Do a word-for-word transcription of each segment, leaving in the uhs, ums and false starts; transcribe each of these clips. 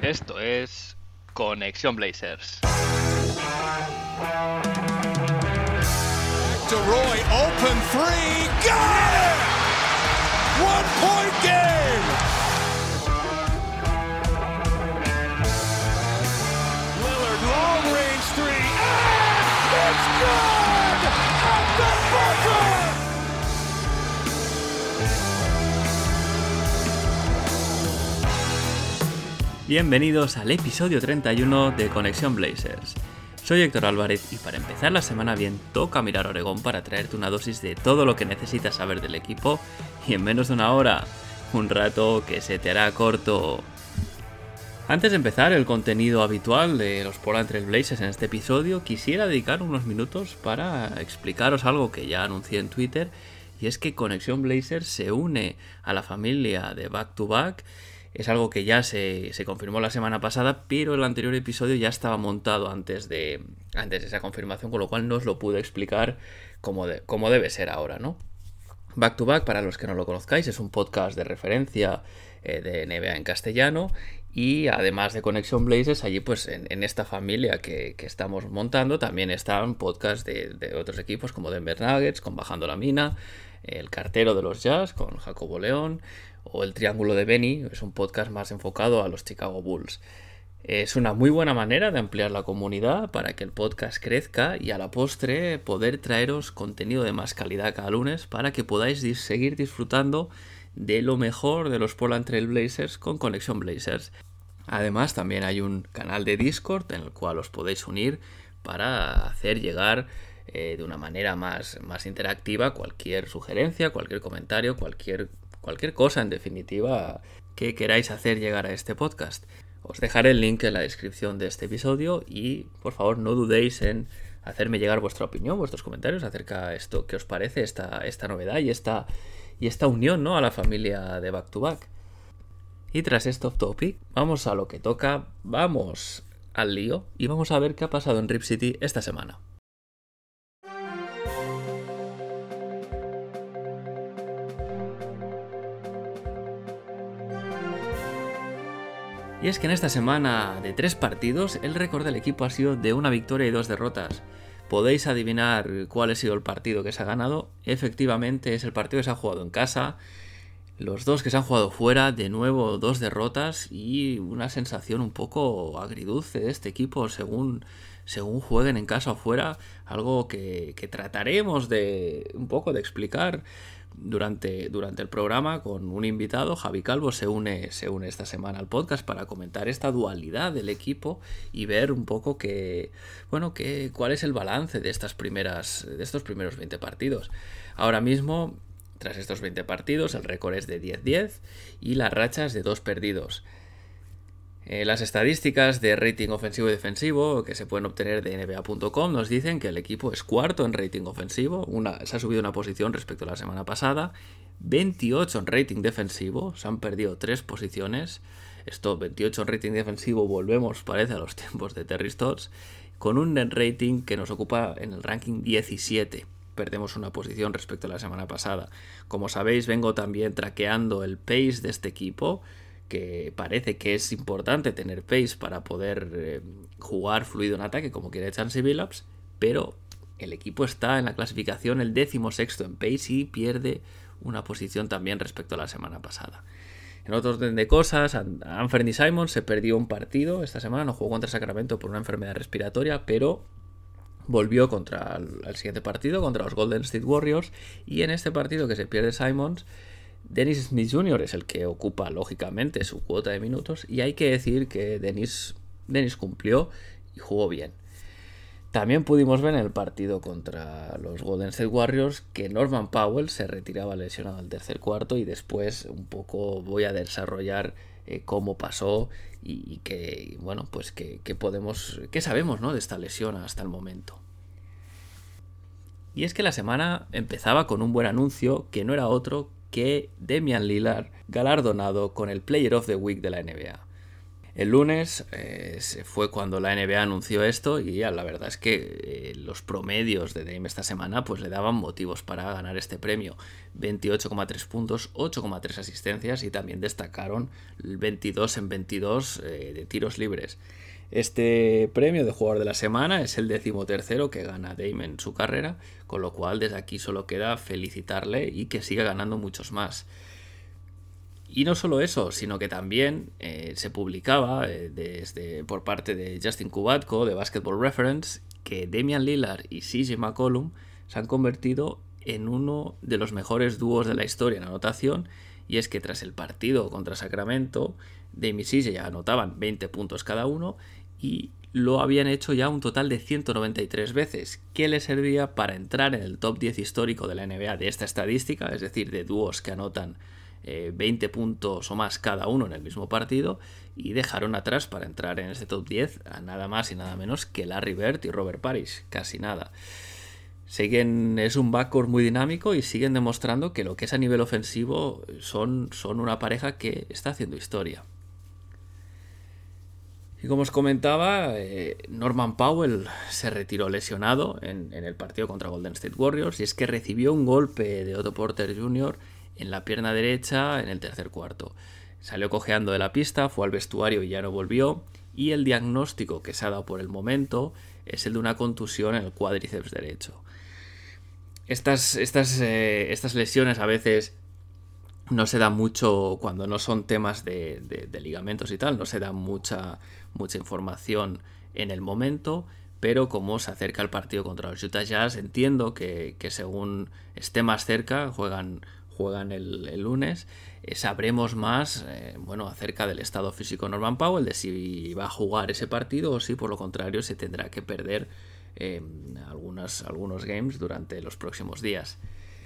Esto es Conexión Blazers. To Roy, open three, got it! One point game! Lillard, long range three, and it's good! At the buzzer! Bienvenidos al episodio treinta y uno de Conexión Blazers. Soy Héctor Álvarez y para empezar la semana bien toca mirar Oregón para traerte una dosis de todo lo que necesitas saber del equipo y en menos de una hora, un rato que se te hará corto. Antes de empezar el contenido habitual de los Portland Trail Blazers en este episodio, quisiera dedicar unos minutos para explicaros algo que ya anuncié en Twitter, y es que Conexión Blazers se une a la familia de Back to Back. Es algo que ya se, se confirmó la semana pasada, pero el anterior episodio ya estaba montado antes de, antes de esa confirmación, con lo cual no os lo pude explicar como, de, como debe ser ahora, ¿no? Back to Back, para los que no lo conozcáis, es un podcast de referencia eh, de N B A en castellano, y además de Conexión Blazers, allí pues en, en esta familia que, que estamos montando también están podcasts de, de otros equipos como Denver Nuggets, con Bajando la Mina, El Cartero de los Jazz, con Jacobo León, o El Triángulo de Benny, es un podcast más enfocado a los Chicago Bulls. Es una muy buena manera de ampliar la comunidad para que el podcast crezca y a la postre poder traeros contenido de más calidad cada lunes para que podáis dis- seguir disfrutando de lo mejor de los Portland Trail Blazers con Conexión Blazers. Además también hay un canal de Discord en el cual os podéis unir para hacer llegar eh, de una manera más, más interactiva cualquier sugerencia, cualquier comentario, cualquier Cualquier cosa, en definitiva, que queráis hacer llegar a este podcast. Os dejaré el link en la descripción de este episodio y, por favor, no dudéis en hacerme llegar vuestra opinión, vuestros comentarios acerca de esto, qué os parece esta, esta novedad y esta, y esta unión, ¿no?, a la familia de Back to Back. Y tras este off topic, vamos a lo que toca, vamos al lío y vamos a ver qué ha pasado en Rip City esta semana. Y es que en esta semana de tres partidos, el récord del equipo ha sido de una victoria y dos derrotas. ¿Podéis adivinar cuál ha sido el partido que se ha ganado? Efectivamente, es el partido que se ha jugado en casa. Los dos que se han jugado fuera, de nuevo dos derrotas y una sensación un poco agridulce de este equipo según, según jueguen en casa o fuera. Algo que, que trataremos de un poco de explicar Durante, durante el programa con un invitado. Javi Calvo se une, se une esta semana al podcast para comentar esta dualidad del equipo y ver un poco que, bueno, que, cuál es el balance de, estas primeras, de estos primeros veinte partidos. Ahora mismo, tras estos veinte partidos, el récord es de diez diez y las rachas de dos perdidos. Eh, las estadísticas de rating ofensivo y defensivo que se pueden obtener de N B A punto com nos dicen que el equipo es cuarto en rating ofensivo, una, se ha subido una posición respecto a la semana pasada, veintiocho en rating defensivo, se han perdido tres posiciones, esto veintiocho en rating defensivo, volvemos parece a los tiempos de Terry Stotts, con un net rating que nos ocupa en el ranking diecisiete. Perdemos una posición respecto a la semana pasada. Como sabéis, vengo también traqueando el pace de este equipo, que parece que es importante tener pace para poder eh, jugar fluido en ataque como quiere Chauncey Billups, pero el equipo está en la clasificación el décimo sexto en pace y pierde una posición también respecto a la semana pasada. En otro orden de cosas, Anthony Simons se perdió un partido esta semana, no jugó contra Sacramento por una enfermedad respiratoria, pero volvió contra el, el siguiente partido, contra los Golden State Warriors, y en este partido que se pierde Simons, Dennis Smith junior es el que ocupa lógicamente su cuota de minutos y hay que decir que Dennis, Dennis cumplió y jugó bien. También pudimos ver en el partido contra los Golden State Warriors que Norman Powell se retiraba lesionado al tercer cuarto y después un poco voy a desarrollar eh, cómo pasó y, y que bueno pues que, que podemos que sabemos, ¿no?, de esta lesión hasta el momento. Y es que la semana empezaba con un buen anuncio que no era otro que Damian Lillard, galardonado con el Player of the Week de la N B A. El lunes eh, fue cuando la N B A anunció esto y ya la verdad es que eh, los promedios de Dame esta semana pues le daban motivos para ganar este premio. veintiocho coma tres puntos, ocho coma tres asistencias y también destacaron el veintidós en veintidós eh, de tiros libres. Este premio de jugador de la semana es el decimotercero que gana Dame en su carrera, con lo cual desde aquí solo queda felicitarle y que siga ganando muchos más. Y no solo eso, sino que también eh, se publicaba eh, desde, por parte de Justin Kubatko de Basketball Reference que Damian Lillard y C J McCollum se han convertido en uno de los mejores dúos de la historia en anotación, y es que tras el partido contra Sacramento, Dame y C J anotaban veinte puntos cada uno y lo habían hecho ya un total de ciento noventa y tres veces, que le servía para entrar en el top diez histórico de la N B A de esta estadística, es decir, de dúos que anotan veinte puntos o más cada uno en el mismo partido, y dejaron atrás para entrar en este top diez a nada más y nada menos que Larry Bird y Robert Parrish, casi nada. Siguen, es un backcourt muy dinámico y siguen demostrando que lo que es a nivel ofensivo son, son una pareja que está haciendo historia. Y como os comentaba, eh, Norman Powell se retiró lesionado en, en el partido contra Golden State Warriors, y es que recibió un golpe de Otto Porter junior en la pierna derecha en el tercer cuarto. Salió cojeando de la pista, fue al vestuario y ya no volvió, y el diagnóstico que se ha dado por el momento es el de una contusión en el cuádriceps derecho. Estas, estas, eh, estas lesiones a veces no se dan mucho cuando no son temas de, de, de ligamentos y tal, no se da mucha, mucha información en el momento, pero como se acerca el partido contra los Utah Jazz, entiendo que, que según esté más cerca, juegan juegan el, el lunes, eh, sabremos más eh, bueno, acerca del estado físico de Norman Powell, de si va a jugar ese partido o si por lo contrario se tendrá que perder eh, algunas, algunos games durante los próximos días.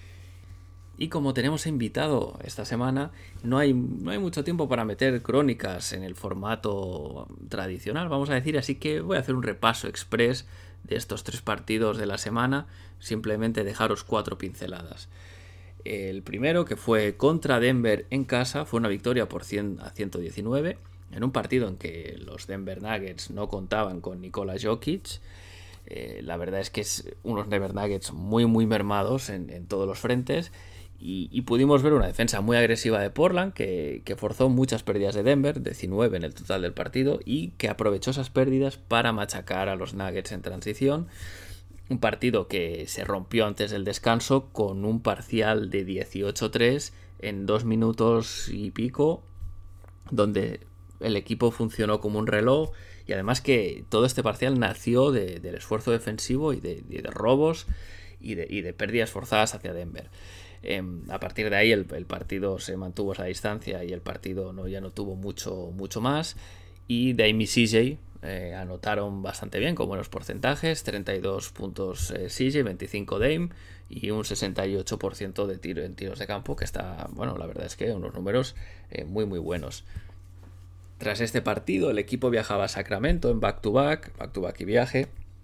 Y como tenemos invitado esta semana, no hay, no hay mucho tiempo para meter crónicas en el formato tradicional, vamos a decir, así que voy a hacer un repaso express de estos tres partidos de la semana, simplemente dejaros cuatro pinceladas. El primero, que fue contra Denver en casa, fue una victoria por cien a ciento diecinueve, en un partido en que los Denver Nuggets no contaban con Nikola Jokic. Eh, la verdad es que es unos Denver Nuggets muy muy mermados en, en todos los frentes, y, y pudimos ver una defensa muy agresiva de Portland que, que forzó muchas pérdidas de Denver, diecinueve en el total del partido, y que aprovechó esas pérdidas para machacar a los Nuggets en transición. Un partido que se rompió antes del descanso con un parcial de dieciocho a tres en dos minutos y pico, donde el equipo funcionó como un reloj, y además que todo este parcial nació de, del esfuerzo defensivo y de, de, de robos y de, y de pérdidas forzadas hacia Denver. Eh, a partir de ahí el, el partido se mantuvo a esa distancia y el partido no, ya no tuvo mucho, mucho más, y Dame y C J Eh, anotaron bastante bien, con buenos porcentajes, treinta y dos puntos eh, C J, veinticinco Dame y un sesenta y ocho por ciento de tiro en tiros de campo, que está, bueno, la verdad es que unos números eh, muy muy buenos. Tras este partido el equipo viajaba a Sacramento en back-to-back, back-to-back y viaje,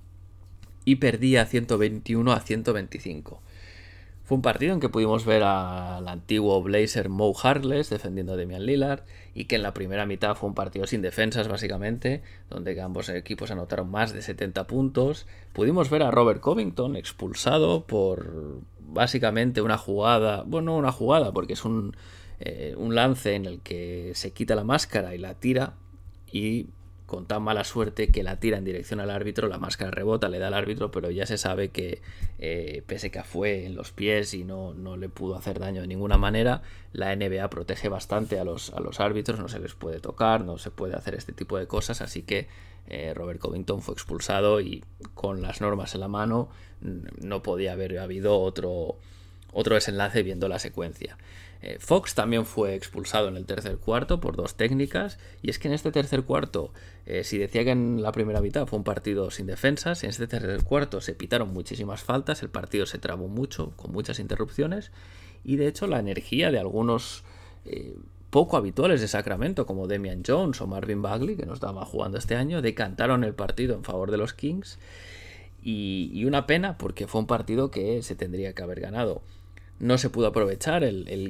y perdía ciento veintiuno a ciento veinticinco. Fue un partido en que pudimos ver al antiguo Blazer Mo Harkless defendiendo a Damian Lillard, y que en la primera mitad fue un partido sin defensas básicamente, donde ambos equipos anotaron más de setenta puntos. Pudimos ver a Robert Covington expulsado por básicamente una jugada, bueno, no una jugada porque es un, eh, un lance en el que se quita la máscara y la tira, y con tan mala suerte que la tira en dirección al árbitro, la máscara rebota, le da al árbitro, pero ya se sabe que eh, pese que fue en los pies y no, no le pudo hacer daño de ninguna manera, la N B A protege bastante a los, a los árbitros, no se les puede tocar, no se puede hacer este tipo de cosas, así que eh, Robert Covington fue expulsado, y con las normas en la mano no podía haber habido otro, otro desenlace viendo la secuencia. Fox también fue expulsado en el tercer cuarto por dos técnicas, y es que en este tercer cuarto, eh, si decía que en la primera mitad fue un partido sin defensas, en este tercer cuarto se pitaron muchísimas faltas, el partido se trabó mucho, con muchas interrupciones, y de hecho la energía de algunos eh, poco habituales de Sacramento, como Damian Jones o Marvin Bagley, que no estaba jugando este año, decantaron el partido en favor de los Kings, y, y una pena porque fue un partido que se tendría que haber ganado. No se pudo aprovechar el, el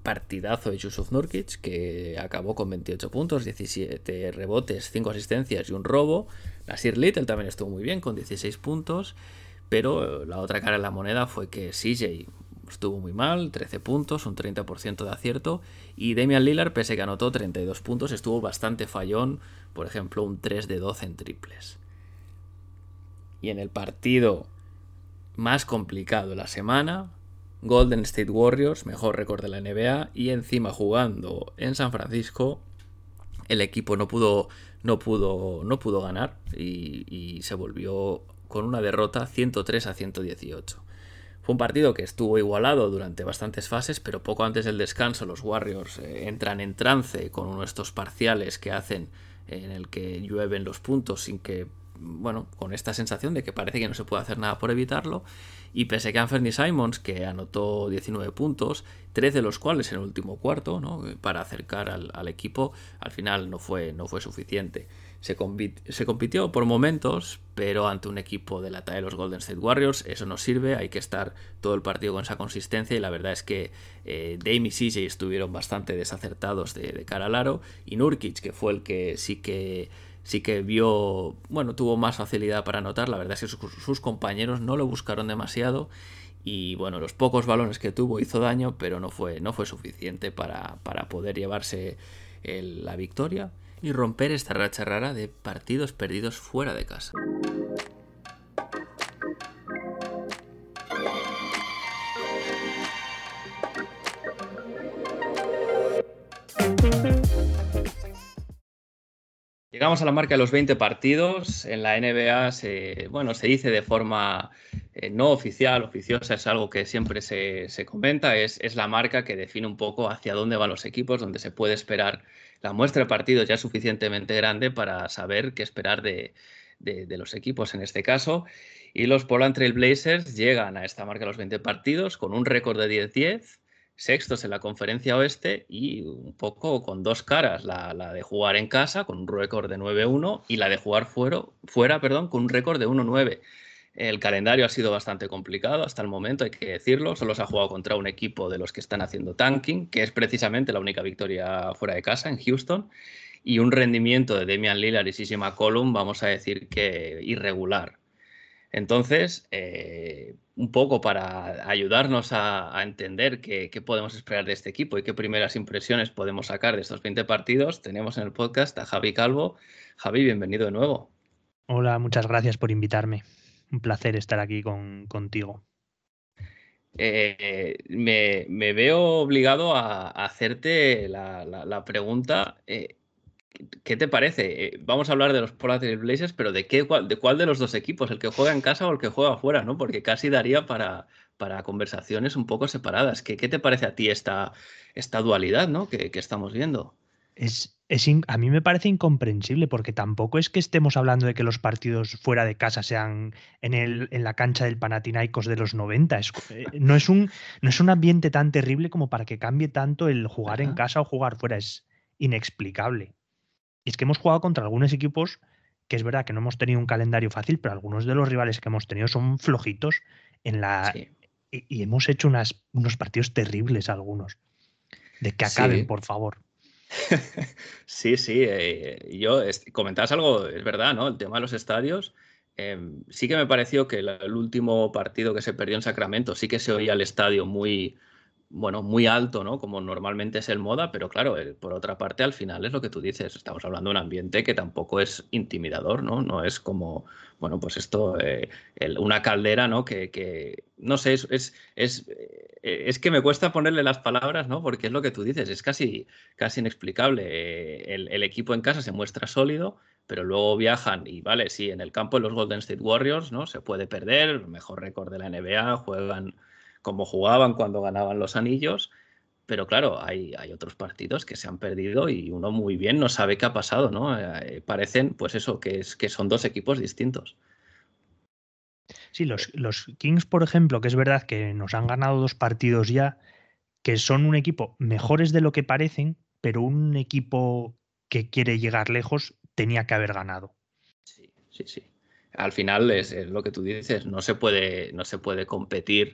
partidazo de Jusuf Nurkic, que acabó con veintiocho puntos, diecisiete rebotes, cinco asistencias y un robo. Nasir Little también estuvo muy bien con dieciséis puntos, pero la otra cara de la moneda fue que C J estuvo muy mal, trece puntos, un treinta por ciento de acierto, y Damian Lillard, pese que anotó treinta y dos puntos, estuvo bastante fallón, por ejemplo un tres de doce en triples. Y en el partido más complicado de la semana, Golden State Warriors, mejor récord de la N B A, y encima jugando en San Francisco, el equipo no pudo, no pudo, no pudo ganar y, y se volvió con una derrota ciento tres a ciento dieciocho. Fue un partido que estuvo igualado durante bastantes fases, pero poco antes del descanso los Warriors eh, entran en trance con uno de estos parciales que hacen eh, en el que llueven los puntos sin que, bueno, con esta sensación de que parece que no se puede hacer nada por evitarlo, y pese que Anthony Simons, que anotó diecinueve puntos, trece de los cuales en el último cuarto, ¿no?, para acercar al, al equipo, al final no fue, no fue suficiente. Se, compit- se compitió por momentos, pero ante un equipo de la talla de los Golden State Warriors eso no sirve, hay que estar todo el partido con esa consistencia, y la verdad es que eh, Dame y C J estuvieron bastante desacertados de, de cara al aro, y Nurkic, que fue el que sí que sí que vio, bueno, tuvo más facilidad para anotar. La verdad es que sus, sus compañeros no lo buscaron demasiado, y bueno, los pocos balones que tuvo hizo daño, pero no fue, no fue suficiente para, para poder llevarse el, la victoria y romper esta racha rara de partidos perdidos fuera de casa. Llegamos a la marca de los veinte partidos. En la N B A se, bueno, se dice de forma eh, no oficial, oficiosa, es algo que siempre se, se comenta, es, es la marca que define un poco hacia dónde van los equipos, donde se puede esperar la muestra de partidos ya suficientemente grande para saber qué esperar de, de, de los equipos en este caso. Y los Portland Trail Blazers llegan a esta marca de los veinte partidos con un récord de diez diez, sextos en la conferencia oeste y un poco con dos caras, la, la de jugar en casa con un récord de nueve uno y la de jugar fuera, fuera perdón, con un récord de uno nueve. El calendario ha sido bastante complicado hasta el momento, hay que decirlo. Solo se ha jugado contra un equipo de los que están haciendo tanking, que es precisamente la única victoria fuera de casa, en Houston, y un rendimiento de Damian Lillard y C J McCollum, vamos a decir que irregular. Entonces, eh, un poco para ayudarnos a, a entender qué, qué podemos esperar de este equipo y qué primeras impresiones podemos sacar de estos veinte partidos, tenemos en el podcast a Javi Calvo. Javi, bienvenido de nuevo. Hola, muchas gracias por invitarme. Un placer estar aquí con, contigo. Eh, me, me veo obligado a, a hacerte la, la, la pregunta... Eh, ¿qué te parece? Eh, vamos a hablar de los Portland Trail Blazers, pero ¿de qué, cuál, de cuál de los dos equipos? ¿El que juega en casa o el que juega afuera? ¿No? Porque casi daría para, para conversaciones un poco separadas. ¿Qué, qué te parece a ti esta, esta dualidad, ¿no?, que, que estamos viendo? Es, es in, a mí me parece incomprensible, porque tampoco es que estemos hablando de que los partidos fuera de casa sean en, el, en la cancha del Panathinaikos de los noventa. Es, eh, no, es un, no es un ambiente tan terrible como para que cambie tanto el jugar Ajá. en casa o jugar fuera. Es inexplicable. Y es que hemos jugado contra algunos equipos que es verdad que no hemos tenido un calendario fácil, pero algunos de los rivales que hemos tenido son flojitos en la sí. y, y hemos hecho unas, unos partidos terribles algunos. De que acaben, sí. por favor. Sí, sí. Eh, yo comentabas algo, es verdad, ¿no? El tema de los estadios. Eh, sí que me pareció que el, el último partido que se perdió en Sacramento sí que se oía el estadio muy... bueno, muy alto, ¿no?, como normalmente es el moda, pero claro, eh, por otra parte, al final es lo que tú dices, estamos hablando de un ambiente que tampoco es intimidador, ¿no? No es como, bueno, pues esto, eh, el, una caldera, ¿no?, que, que no sé, es, es, es, eh, es que me cuesta ponerle las palabras, ¿no?, porque es lo que tú dices, es casi, casi inexplicable. Eh, el, el equipo en casa se muestra sólido, pero luego viajan y, vale, sí, en el campo de los Golden State Warriors, ¿no?, se puede perder, mejor récord de la N B A, juegan como jugaban cuando ganaban los anillos, pero claro, hay, hay otros partidos que se han perdido y uno muy bien no sabe qué ha pasado, ¿no? Eh, parecen, pues eso, que, es, que son dos equipos distintos. Sí, los, los Kings, por ejemplo, que es verdad que nos han ganado dos partidos ya, que son un equipo mejores de lo que parecen, pero un equipo que quiere llegar lejos tenía que haber ganado. Sí, sí, sí. Al final es, es lo que tú dices, no se puede, no se puede competir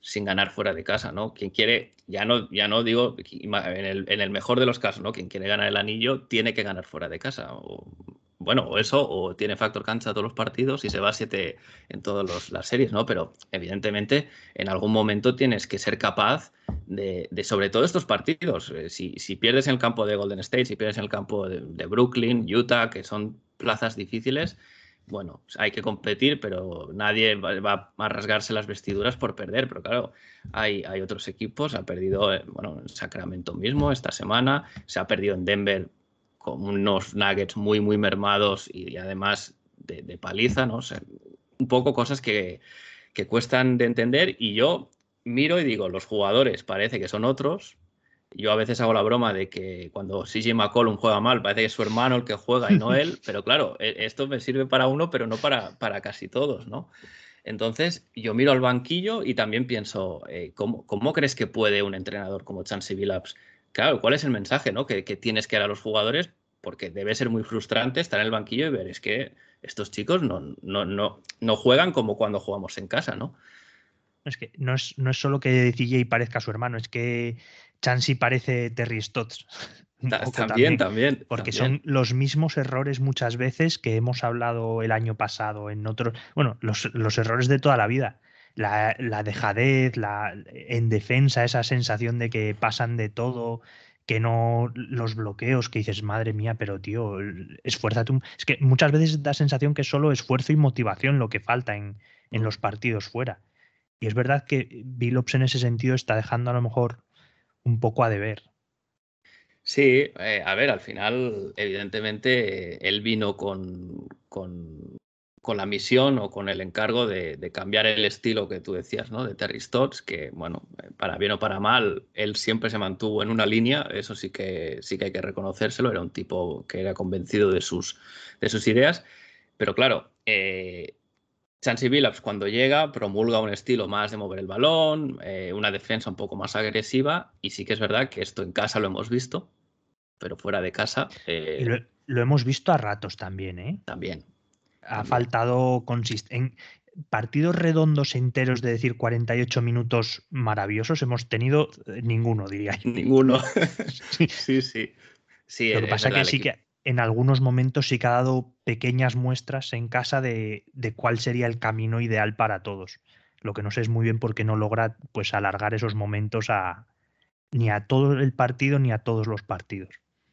sin ganar fuera de casa, ¿no? Quien quiere, ya no, ya no digo, en el, en el mejor de los casos, ¿no? Quien quiere ganar el anillo tiene que ganar fuera de casa. O, bueno, o eso, o tiene factor cancha todos los partidos y se va a siete en todas las series, ¿no? Pero evidentemente en algún momento tienes que ser capaz de, de sobre todo estos partidos. Si, si pierdes en el campo de Golden State, si pierdes en el campo de, de Brooklyn, Utah, que son plazas difíciles, bueno, hay que competir, pero nadie va a rasgarse las vestiduras por perder. Pero claro, hay, hay otros equipos, ha perdido, bueno, en Sacramento mismo esta semana, se ha perdido en Denver con unos Nuggets muy, muy mermados y, y además de, de paliza, ¿no? O sea, un poco cosas que, que cuestan de entender, y yo miro y digo, los jugadores parece que son otros. Yo a veces hago la broma de que cuando C J McCollum juega mal, parece que es su hermano el que juega y no él, pero claro, esto me sirve para uno, pero no para, para casi todos, ¿no? Entonces, yo miro al banquillo y también pienso, eh, ¿cómo, ¿cómo crees que puede un entrenador como Chauncey Billups? Claro, ¿cuál es el mensaje, ¿no? que, que tienes que dar a los jugadores? Porque debe ser muy frustrante estar en el banquillo y ver, es que estos chicos no, no, no, no juegan como cuando jugamos en casa, ¿no? Es que no es, no es solo que C J parezca su hermano, es que Chauncey parece Terry Stotts. Un Ta- poco también, también, también. porque también. son los mismos errores muchas veces que hemos hablado el año pasado en otros. Bueno, los, los errores de toda la vida. La, la dejadez, la, en defensa, esa sensación de que pasan de todo, que no. Los bloqueos, que dices, madre mía, pero tío, esfuérzate. un-". Es que muchas veces da sensación que es solo esfuerzo y motivación lo que falta en, en Mm. los partidos fuera. Y es verdad que Billups en ese sentido está dejando a lo mejor un poco a deber. Sí, eh, a ver, al final, evidentemente, eh, él vino con, con, con la misión o con el encargo de, de cambiar el estilo que tú decías, ¿no? De Terry Stotts, que, bueno, eh, para bien o para mal, él siempre se mantuvo en una línea, eso sí que, sí que hay que reconocérselo, era un tipo que era convencido de sus, de sus ideas, pero claro, eh, Chauncey Billups cuando llega promulga un estilo más de mover el balón, eh, una defensa un poco más agresiva, y sí que es verdad que esto en casa lo hemos visto, pero fuera de casa Y eh, lo, lo hemos visto a ratos también, ¿eh? también, Ha también. faltado consistencia. Partidos redondos enteros de decir cuarenta y ocho minutos maravillosos hemos tenido eh, ninguno, diría yo. Ninguno. Sí. Sí, sí. Sí, Lo es, que es pasa verdad, que el sí equipo. que en algunos momentos sí que ha dado pequeñas muestras en casa de, de cuál sería el camino ideal para todos. Lo que no sé es muy bien por qué no logra pues alargar esos momentos a ni a todo el partido ni a todos los partidos.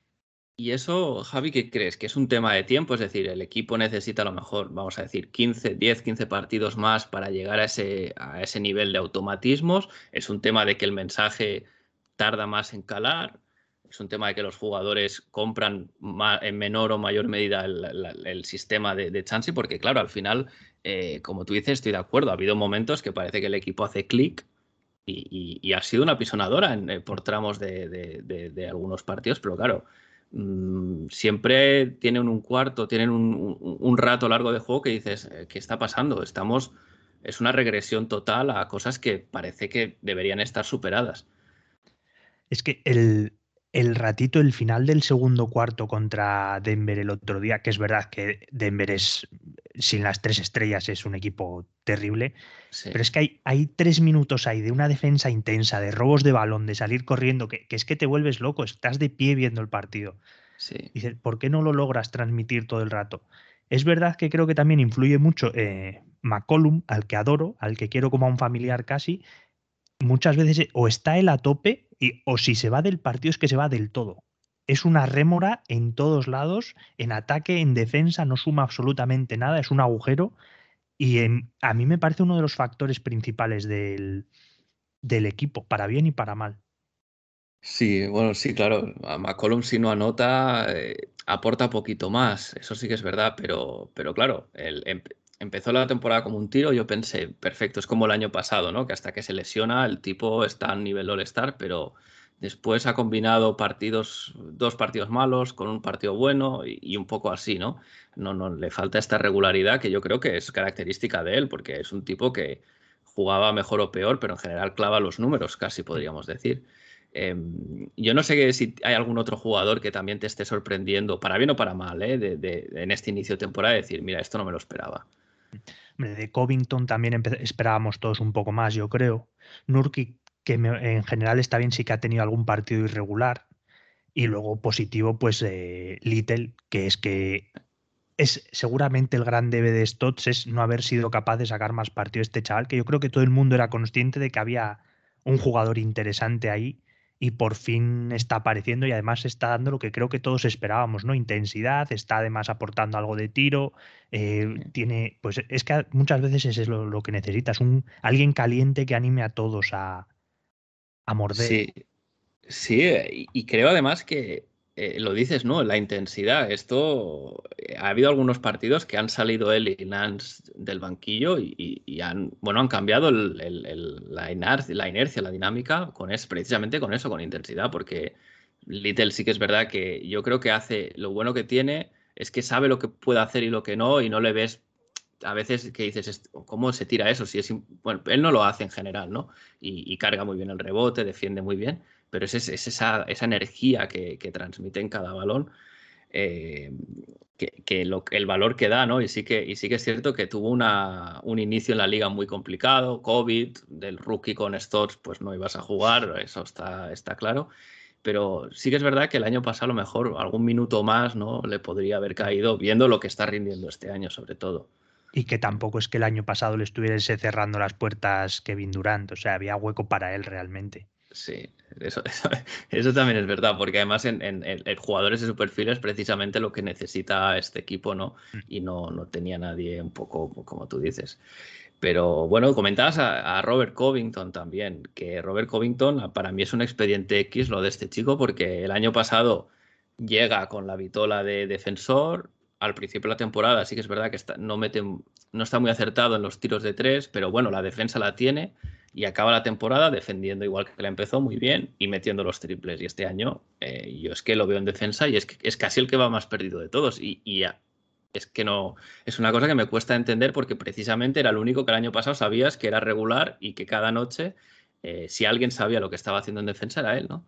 Y eso, Javi, ¿qué crees? ¿Que es un tema de tiempo? Es decir, el equipo necesita a lo mejor, vamos a decir, quince, diez, quince partidos más para llegar a ese, a ese nivel de automatismos. ¿Es un tema de que el mensaje tarda más en calar? ¿Es un tema de que los jugadores compran ma- en menor o mayor medida el, el- el sistema de, de Chansey? Porque, claro, al final, eh, como tú dices, estoy de acuerdo. Ha habido momentos que parece que el equipo hace clic y, y- y ha sido una pisonadora en- eh, por tramos de, de- de- de algunos partidos, pero claro, mm, siempre tienen un cuarto, tienen un, un- un rato largo de juego que dices, eh, ¿qué está pasando? Estamos, es una regresión total a cosas que parece que deberían estar superadas. Es que el, el ratito, el final del segundo cuarto contra Denver el otro día, que es verdad que Denver es, sin las tres estrellas, es un equipo terrible, Sí, pero es que hay, hay tres minutos ahí de una defensa intensa, de robos de balón, de salir corriendo, que, que es que te vuelves loco, estás de pie viendo el partido. sí. Dices, ¿por qué no lo logras transmitir todo el rato? Es verdad que creo que también influye mucho eh, McCollum, al que adoro, al que quiero como a un familiar casi, muchas veces eh, o está él a tope y, o si se va del partido es que se va del todo. Es una rémora en todos lados, en ataque, en defensa, no suma absolutamente nada, es un agujero y en- a mí me parece uno de los factores principales del, del equipo, para bien y para mal. Sí, bueno, sí, claro. A McCollum si no anota, eh, aporta poquito más. Eso sí que es verdad, pero, pero claro, él em- empezó la temporada como un tiro. Yo pensé, perfecto, es como el año pasado, ¿no? Que hasta que se lesiona, el tipo está a nivel All-Star, pero después ha combinado partidos, dos partidos malos con un partido bueno y, y un poco así, ¿no? No, no, le falta esta regularidad que yo creo que es característica de él, porque es un tipo que jugaba mejor o peor, pero en general clava los números, casi podríamos decir. Eh, yo no sé si hay algún otro jugador que también te esté sorprendiendo, para bien o para mal, ¿eh? de, de, de, en este inicio de temporada, de decir, mira, esto no me lo esperaba. De Covington también esperábamos todos un poco más, yo creo. Nurkic, que me, en general está bien, sí que ha tenido algún partido irregular. Y luego positivo, pues eh, Little, que es que es seguramente el gran debe de Stotts es no haber sido capaz de sacar más partido a este chaval, que yo creo que todo el mundo era consciente de que había un jugador interesante ahí y por fin está apareciendo y además está dando lo que creo que todos esperábamos, ¿no? Intensidad, está además aportando algo de tiro, eh, tiene, pues es que muchas veces ese es lo, lo que necesitas, un alguien caliente que anime a todos a, a morder. Sí, sí, y, y creo además que eh, lo dices, ¿no? La intensidad. Esto eh, ha habido algunos partidos que han salido él y Nance del banquillo y, y- y han, bueno, han cambiado el- el- el- la inercia, la inercia, la dinámica con es, precisamente con eso, con intensidad, porque Little sí que es verdad que yo creo que hace, lo bueno que tiene es que sabe lo que puede hacer y lo que no, y no le ves a veces que dices, "Est- ¿cómo se tira eso? Si es, im-". Bueno, él no lo hace en general, ¿no? Y, y carga muy bien el rebote, defiende muy bien, pero es, es- es esa, esa energía que, que transmite en cada balón, eh, que, que lo- el valor que da, ¿no? Y sí que, y sí que es cierto que tuvo una, un inicio en la liga muy complicado, COVID, del rookie con Stotts, pues no ibas a jugar, eso está, está claro. Pero sí que es verdad que el año pasado a lo mejor algún minuto más, ¿no? Le podría haber caído, viendo lo que está rindiendo este año, sobre todo. Y que tampoco es que el año pasado le estuviese cerrando las puertas Kevin Durant, o sea, había hueco para él realmente. Sí, eso, eso, eso también es verdad, porque además en, en- en- en jugadores de su perfil es precisamente lo que necesita este equipo, ¿no? Mm. Y no, no tenía nadie un poco como tú dices. Pero bueno, comentabas a, a Robert Covington también, que Robert Covington para mí es un expediente X lo de este chico, porque el año pasado llega con la vitola de defensor. Al principio de la temporada sí que es verdad que está, no, mete, no está muy acertado en los tiros de tres, pero bueno, la defensa la tiene y acaba la temporada defendiendo igual que la empezó muy bien y metiendo los triples. Y este año eh, yo es que lo veo en defensa y es, que, es casi el que va más perdido de todos. Y, y ya, es que no, es una cosa que me cuesta entender porque precisamente era el único que el año pasado sabías que era regular y que cada noche, eh, si alguien sabía lo que estaba haciendo en defensa, era él, ¿no?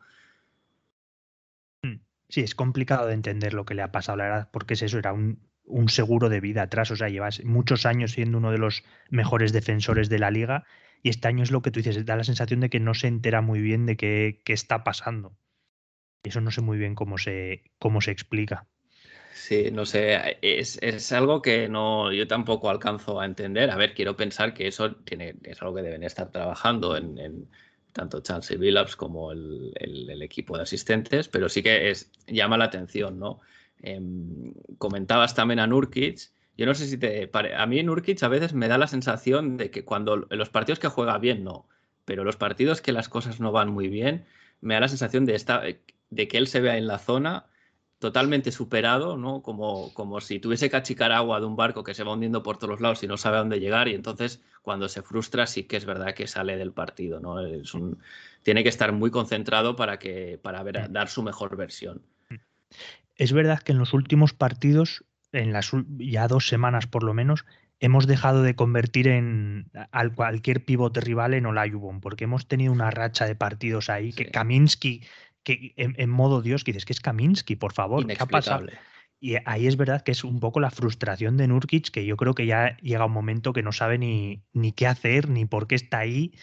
Mm. Sí, es complicado de entender lo que le ha pasado, la verdad, porque es eso, era un, un seguro de vida atrás, o sea, llevas muchos años siendo uno de los mejores defensores de la liga y este año es lo que tú dices, da la sensación de que no se entera muy bien de qué, qué está pasando. Y eso no sé muy bien cómo se, cómo se explica. Sí, no sé, es, es algo que no, yo tampoco alcanzo a entender. A ver, quiero pensar que eso tiene, es algo que deben estar trabajando en, en tanto Chance Billups como el, el- el equipo de asistentes, pero sí que es, llama la atención, ¿no? Em, comentabas también a Nurkic. Yo no sé si te pare... A mí Nurkic a veces me da la sensación de que cuando en los partidos que juega bien, no, pero los partidos que las cosas no van muy bien, me da la sensación de, esta, de que él se vea en la zona totalmente superado, ¿no? Como, como si tuviese que achicar agua de un barco que se va hundiendo por todos los lados y no sabe a dónde llegar, y entonces cuando se frustra sí que es verdad que sale del partido, ¿no? Es un, tiene que estar muy concentrado para, que, para ver, Mm. dar su mejor versión. Es verdad que en los últimos partidos, en las ul- ya dos semanas por lo menos, hemos dejado de convertir en al cualquier pivote rival en Olajuwon, porque hemos tenido una racha de partidos ahí Sí, que Kaminsky, que en, en modo Dios, que dices que es Kaminsky, por favor, ¿qué ha pasado? inexplicable. Y ahí es verdad que es un poco la frustración de Nurkic, que yo creo que ya llega un momento que no sabe ni, ni qué hacer, ni por qué está ahí,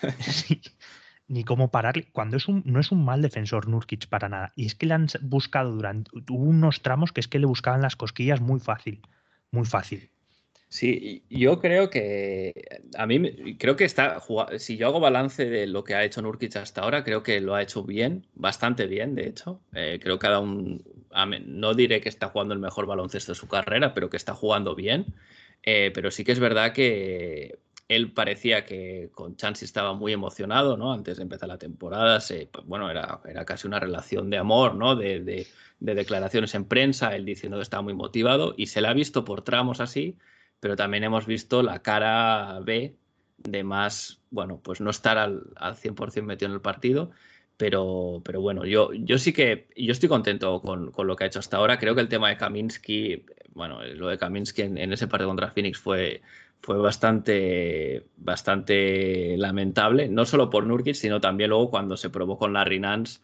ni cómo pararle. Cuando es un, no es un mal defensor Nurkic para nada. Y es que le han buscado durante. Hubo unos tramos que es que le buscaban las cosquillas muy fácil. Muy fácil. Sí, yo creo que a mí me- creo que está si yo hago balance de lo que ha hecho Nurkic hasta ahora, creo que lo ha hecho bien, bastante bien, de hecho. Eh, creo que ha dado un a mí- no diré que está jugando el mejor baloncesto de su carrera, pero que está jugando bien. Eh, pero sí que es verdad que él parecía que con Chansey estaba muy emocionado, ¿no? Antes de empezar la temporada, se, pues, bueno, era, era casi una relación de amor, ¿no? De, de de declaraciones en prensa, él diciendo que estaba muy motivado y se le ha visto por tramos así, pero también hemos visto la cara B de más, bueno, pues no estar al, al cien por ciento metido en el partido, pero, pero bueno, yo, yo sí que, yo estoy contento con, con lo que ha hecho hasta ahora. Creo que el tema de Kaminsky, bueno, lo de Kaminsky en, en ese partido contra Phoenix fue, fue bastante, bastante lamentable, no solo por Nurkic, sino también luego cuando se probó con Larry Nance,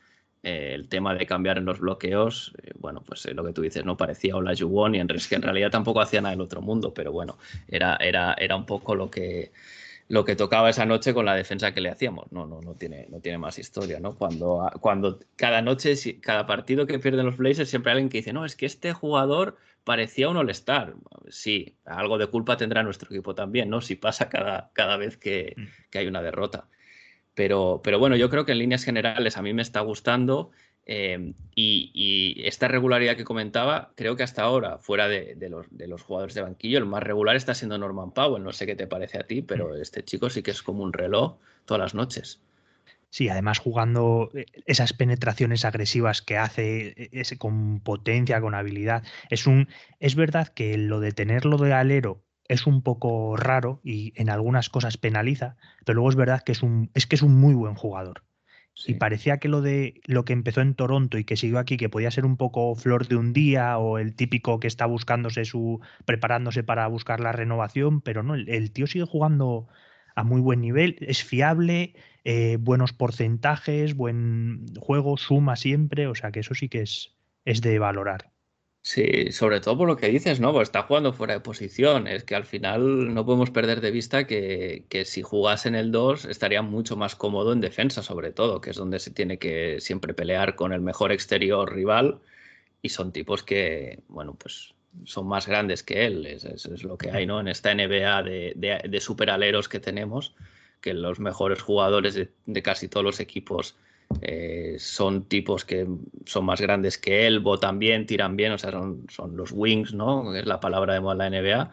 eh, el tema de cambiar en los bloqueos, eh, bueno, pues eh, lo que tú dices, no parecía Olajuwon y en, que en realidad tampoco hacía nada del otro mundo, pero bueno, era, era, era un poco lo que, lo que tocaba esa noche con la defensa que le hacíamos. No, no, no tiene, no tiene más historia, ¿no? Cuando, cuando cada noche, cada partido que pierden los Blazers, siempre hay alguien que dice, no, es que este jugador parecía un All-Star. Sí, algo de culpa tendrá nuestro equipo también, ¿no? Si pasa cada, cada vez que, que hay una derrota. Pero, pero bueno, yo creo que en líneas generales a mí me está gustando eh, y, y esta regularidad que comentaba, creo que hasta ahora, fuera de, de, los, de los jugadores de banquillo, el más regular está siendo Norman Powell. No sé qué te parece a ti, pero este chico sí que es como un reloj todas las noches. Sí, además jugando esas penetraciones agresivas que hace ese, con potencia, con habilidad. Es, un, es verdad que lo de tenerlo de alero es un poco raro y en algunas cosas penaliza, pero luego es verdad que es, un, es que es un muy buen jugador. Sí. Y parecía que lo de lo que empezó en Toronto y que siguió aquí, que podía ser un poco flor de un día o el típico que está buscándose su, preparándose para buscar la renovación, pero no, el, el tío sigue jugando a muy buen nivel, es fiable, eh, buenos porcentajes, buen juego, suma siempre, o sea que eso sí que es, es de valorar. Sí, sobre todo por lo que dices, ¿no? Pues está jugando fuera de posición. Es que al final no podemos perder de vista que, que si jugase en el dos estaría mucho más cómodo en defensa, sobre todo, que es donde se tiene que siempre pelear con el mejor exterior rival. Y son tipos que, bueno, pues son más grandes que él. Es, es, es lo que hay, ¿no? En esta N B A de, de, de superaleros que tenemos, que los mejores jugadores de, de casi todos los equipos Eh, son tipos que son más grandes que él, botan bien, tiran bien, o sea, son, son los wings, ¿no? Es la palabra de moda en la N B A.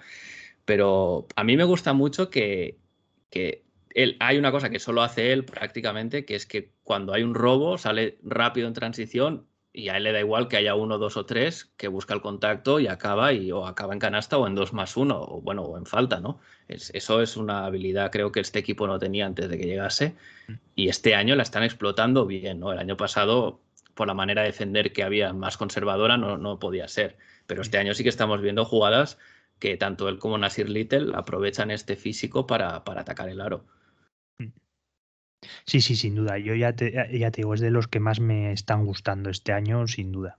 Pero a mí me gusta mucho que, que él, hay una cosa que solo hace él prácticamente, que es que cuando hay un robo sale rápido en transición y a él le da igual que haya uno, dos o tres, que busca el contacto y acaba, y, o acaba en canasta o en dos más uno, o bueno, o en falta, ¿no? Es, eso es una habilidad, creo que este equipo no tenía antes de que llegase, y este año la están explotando bien, ¿no? El año pasado, por la manera de defender que había más conservadora, no, no podía ser, pero este año sí que estamos viendo jugadas que tanto él como Nasir Little aprovechan este físico para, para atacar el aro. Sí, sí, sin duda. Yo ya te, ya te digo, es de los que más me están gustando este año, sin duda.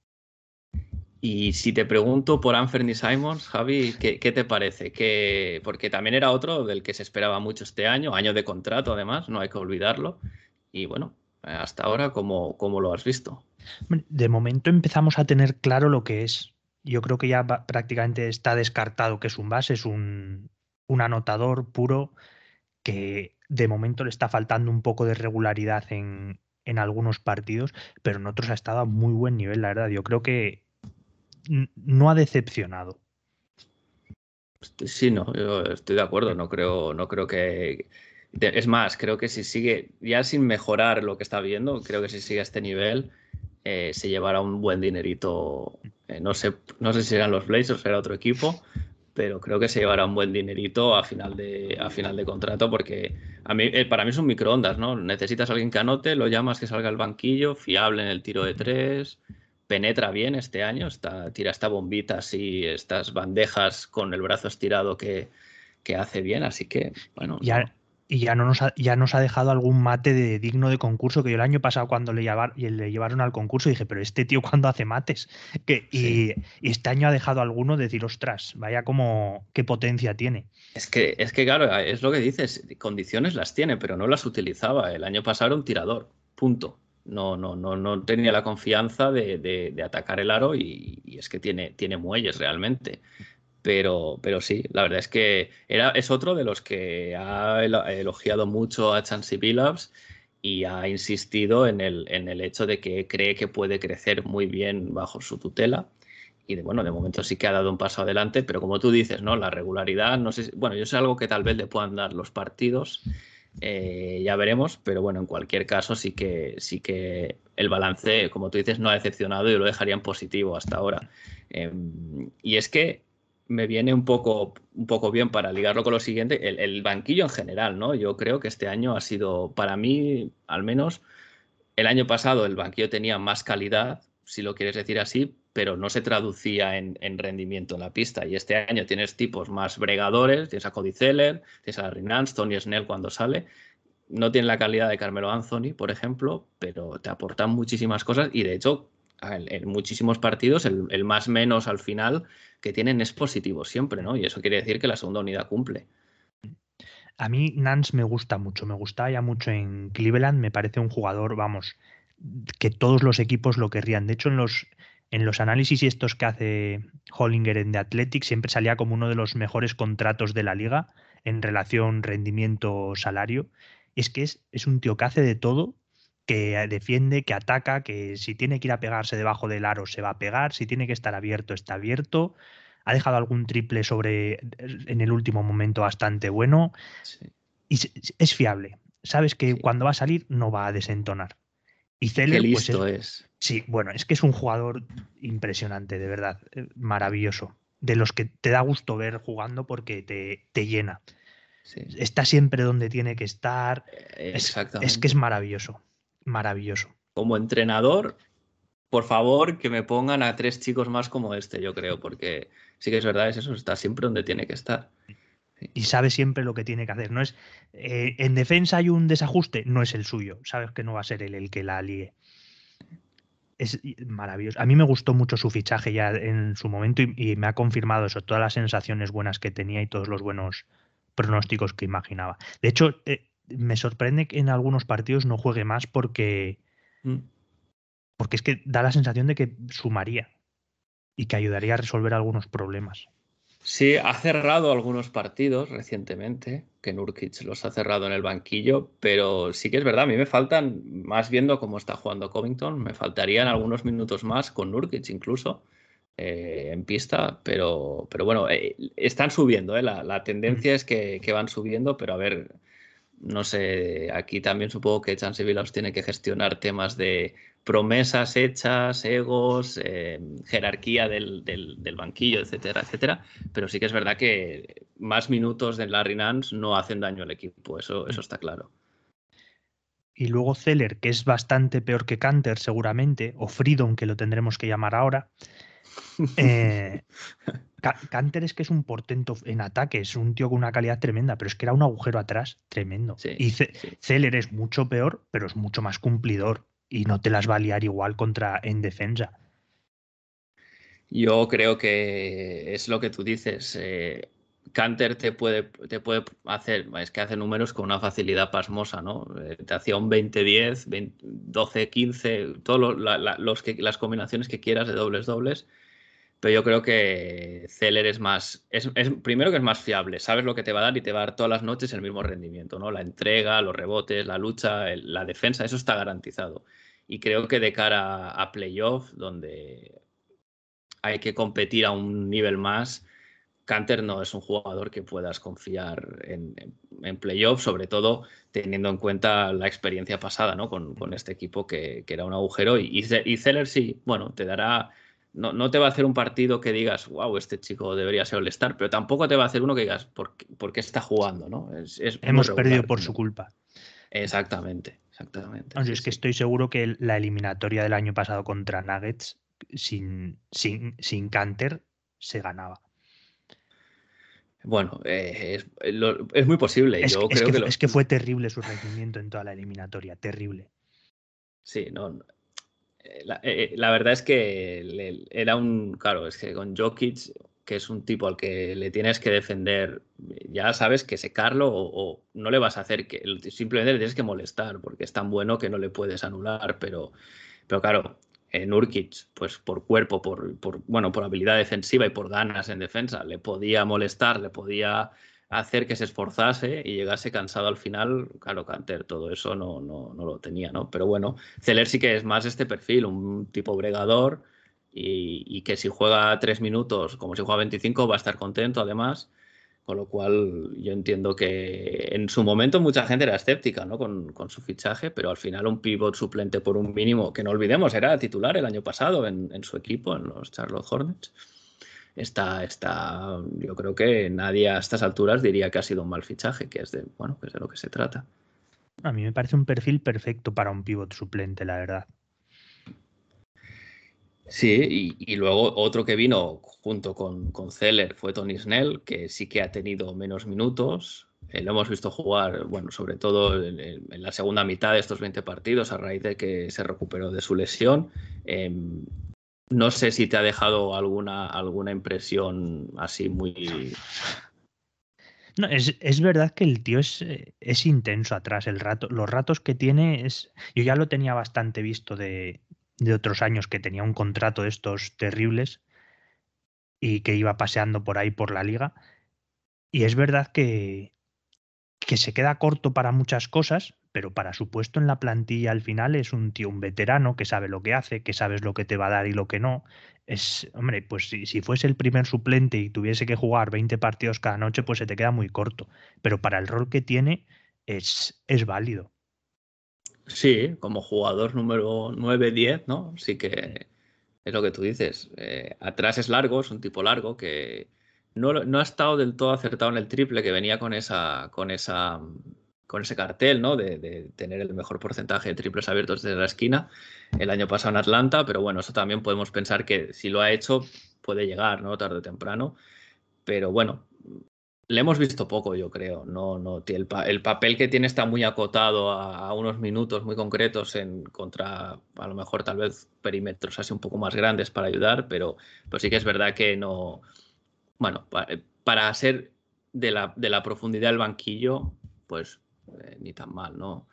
Y si te pregunto por Anthony Simons, Javi, ¿qué, qué te parece? ¿Qué, porque también era otro del que se esperaba mucho este año, año de contrato además, no hay que olvidarlo. Y bueno, hasta ahora, ¿cómo, cómo lo has visto? De momento empezamos a tener claro lo que es. Yo creo que ya va, prácticamente está descartado que es un base, es un, un anotador puro que de momento le está faltando un poco de regularidad en, en algunos partidos, pero en otros ha estado a muy buen nivel, la verdad. Yo creo que no ha decepcionado. Sí, no, yo estoy de acuerdo, no creo, no creo que... Es más, creo que si sigue, ya sin mejorar lo que está viendo, creo que si sigue a este nivel, eh, se llevará un buen dinerito. Eh, no sé, no sé si serán los Blazers o será otro equipo, pero creo que se llevará un buen dinerito a final de, a final de contrato, porque a mí, eh, para mí es un microondas, ¿no? Necesitas a alguien que anote, lo llamas que salga al banquillo, fiable en el tiro de tres, penetra bien este año, está, tira esta bombita así, estas bandejas con el brazo estirado que, que hace bien, así que, bueno. Ya, no. Y ya, no nos ha, ya nos ha dejado algún mate de digno de concurso, que yo el año pasado cuando le, llevar, le llevaron al concurso dije, pero este tío cuando hace mates. Que, y, sí. y este año ha dejado a alguno decir, ostras, vaya como qué potencia tiene. Es que, es que claro, es lo que dices, condiciones las tiene, pero no las utilizaba. El año pasado era un tirador, punto. No, no, no, no tenía la confianza de, de, de atacar el aro y, y es que tiene, tiene muelles realmente. Pero, pero sí, la verdad es que era, es otro de los que ha elogiado mucho a Chancey Billups y ha insistido en el, en el hecho de que cree que puede crecer muy bien bajo su tutela. Y de, bueno, de momento sí que ha dado un paso adelante, pero como tú dices, ¿no? La regularidad, no sé, bueno, yo sé algo que tal vez le puedan dar los partidos, eh, ya veremos, pero bueno, en cualquier caso sí que, sí que el balance, como tú dices, no ha decepcionado y lo dejaría en positivo hasta ahora. Eh, y es que me viene un poco, un poco bien para ligarlo con lo siguiente, el, el banquillo en general, ¿no? Yo creo que este año ha sido, para mí, al menos, el año pasado el banquillo tenía más calidad, si lo quieres decir así, pero no se traducía en, en rendimiento en la pista. Y este año tienes tipos más bregadores, tienes a Cody Zeller, tienes a Larry Nance, Tony Snell cuando sale. no tienen la calidad de Carmelo Anthony, por ejemplo, pero te aportan muchísimas cosas y de hecho en, en muchísimos partidos el, el más menos al final que tienen es positivo siempre, ¿no? Y eso quiere decir que la segunda unidad cumple. A mí Nance me gusta mucho, me gustaba ya mucho en Cleveland, me parece un jugador, vamos, que todos los equipos lo querrían. De hecho, en los, en los análisis y estos que hace Hollinger en The Athletic siempre salía como uno de los mejores contratos de la liga en relación rendimiento-salario. Es que es, es un tío que hace de todo, que defiende, que ataca, que si tiene que ir a pegarse debajo del aro se va a pegar, si tiene que estar abierto está abierto. Ha dejado algún triple sobre en el último momento bastante bueno. Sí. Y es fiable. Sabes que Sí. cuando va a salir no va a desentonar. Y Zeller, Qué listo pues es, es. Sí, bueno, es que es un jugador impresionante, de verdad. Maravilloso. De los que te da gusto ver jugando porque te, te llena. Sí. Está siempre donde tiene que estar. Eh, Es, exactamente. es que es maravilloso. Maravilloso. Como entrenador, por favor, que me pongan a tres chicos más como este, yo creo, porque sí que es verdad, es eso, está siempre donde tiene que estar. Sí. Y sabe siempre lo que tiene que hacer. No es eh, en defensa hay un desajuste, no es el suyo. Sabes que no va a ser él el que la líe. Es maravilloso. A mí me gustó mucho su fichaje ya en su momento y, y me ha confirmado eso, todas las sensaciones buenas que tenía y todos los buenos pronósticos que imaginaba. De hecho, eh, me sorprende que en algunos partidos no juegue más porque, Mm. porque es que da la sensación de que sumaría y que ayudaría a resolver algunos problemas. Sí, ha cerrado algunos partidos recientemente, que Nurkic los ha cerrado en el banquillo, pero sí que es verdad, a mí me faltan, más viendo cómo está jugando Covington, me faltarían algunos minutos más con Nurkic incluso eh, en pista, pero, pero bueno, eh, están subiendo, eh, la, la tendencia es que, que van subiendo, pero a ver, no sé, aquí también supongo que Chance Billups tiene que gestionar temas de promesas hechas, egos, eh, jerarquía del, del, del banquillo, etcétera, etcétera. Pero sí que es verdad que más minutos de Larry Nance no hacen daño al equipo, eso, eso está claro. Y luego Zeller, que es bastante peor que Kanter seguramente, o Freedom, que lo tendremos que llamar ahora. Eh, Kanter es que es un portento en ataque, es un tío con una calidad tremenda, pero es que era un agujero atrás tremendo. Sí, y C sí. Zeller es mucho peor, pero es mucho más cumplidor y no te las va a liar igual contra en defensa. Yo creo que es lo que tú dices. Eh, Kanter te puede, te puede hacer, es que hace números con una facilidad pasmosa, ¿no? Eh, te hacía un veinte diez, doce quince, todas lo, la, la, los que, las combinaciones que quieras de dobles dobles. Pero yo creo que Zeller es más, es, es, primero que es más fiable, sabes lo que te va a dar y te va a dar todas las noches el mismo rendimiento, ¿no? La entrega, los rebotes, la lucha, el, la defensa, eso está garantizado. Y creo que de cara a, a playoff, donde hay que competir a un nivel más, Kanter no es un jugador que puedas confiar en, en, en playoff, sobre todo teniendo en cuenta la experiencia pasada, ¿no? con, con este equipo que, que era un agujero. Y, y Zeller sí, bueno, te dará... No, no te va a hacer un partido que digas, wow, este chico debería ser All-Star, pero tampoco te va a hacer uno que digas, ¿por qué, por qué está jugando? ¿no? Es, es muy Hemos regular. perdido por su culpa. Exactamente, exactamente. O sea, Sí, es que sí. estoy seguro que la eliminatoria del año pasado contra Nuggets sin, sin, sin Kanter se ganaba. Bueno, eh, es, lo, es muy posible. Es, Yo es, creo que, que, los... es que fue terrible su rendimiento en toda la eliminatoria, terrible. Sí, no, La, eh, la verdad es que le, era un, claro, es que con Jokic, que es un tipo al que le tienes que defender, ya sabes que secarlo o, o no le vas a hacer, que simplemente le tienes que molestar porque es tan bueno que no le puedes anular, pero, pero claro, eh, Nurkic, pues por cuerpo, por, por, bueno, por habilidad defensiva y por ganas en defensa, le podía molestar, le podía hacer que se esforzase y llegase cansado al final. Claro, Kanter todo eso no, no, no lo tenía, ¿no? Pero bueno, Zeller sí que es más este perfil, un tipo bregador y, y que si juega tres minutos, como si juega veinticinco, va a estar contento además. Con lo cual yo entiendo que en su momento mucha gente era escéptica, ¿no? con, con su fichaje, pero al final un pivot suplente por un mínimo, que no olvidemos, era titular el año pasado en, en su equipo, en los Charlotte Hornets. Está, está, yo creo que nadie a estas alturas diría que ha sido un mal fichaje, que es de, bueno, que es de lo que se trata. A mí me parece un perfil perfecto para un pivot suplente, la verdad. Sí, y, y luego otro que vino junto con, con Zeller fue Tony Snell, que sí que ha tenido menos minutos, eh, lo hemos visto jugar, bueno, sobre todo en, en la segunda mitad de estos veinte partidos a raíz de que se recuperó de su lesión. Eh, no sé si te ha dejado alguna, alguna impresión así muy... No, es, es verdad que el tío es, eh, es intenso atrás. El rato, los ratos que tiene es. Yo ya lo tenía bastante visto de, de otros años, que tenía un contrato de estos terribles y que iba paseando por ahí por la liga. Y es verdad que, que se queda corto para muchas cosas, pero para su puesto en la plantilla al final es un tío, un veterano que sabe lo que hace, que sabes lo que te va a dar y lo que no. Es, hombre, pues si, si fuese el primer suplente y tuviese que jugar veinte partidos cada noche, pues se te queda muy corto. Pero para el rol que tiene es, es válido. Sí, como jugador número nueve diez, ¿no? Sí que es lo que tú dices. Eh, atrás es largo, es un tipo largo que no, no ha estado del todo acertado en el triple, que venía con esa, con esa, con ese cartel, ¿no? De, de tener el mejor porcentaje de triples abiertos desde la esquina el año pasado en Atlanta, pero bueno, eso también podemos pensar que si lo ha hecho puede llegar, ¿no? Tarde o temprano. Pero bueno, le hemos visto poco, yo creo. No, no, el, pa el papel que tiene está muy acotado a, a unos minutos muy concretos en contra, a lo mejor tal vez perímetros así un poco más grandes para ayudar, pero, pero sí que es verdad que no. Bueno, pa para ser de la, de la profundidad del banquillo, pues eh, ni tan mal, ¿no?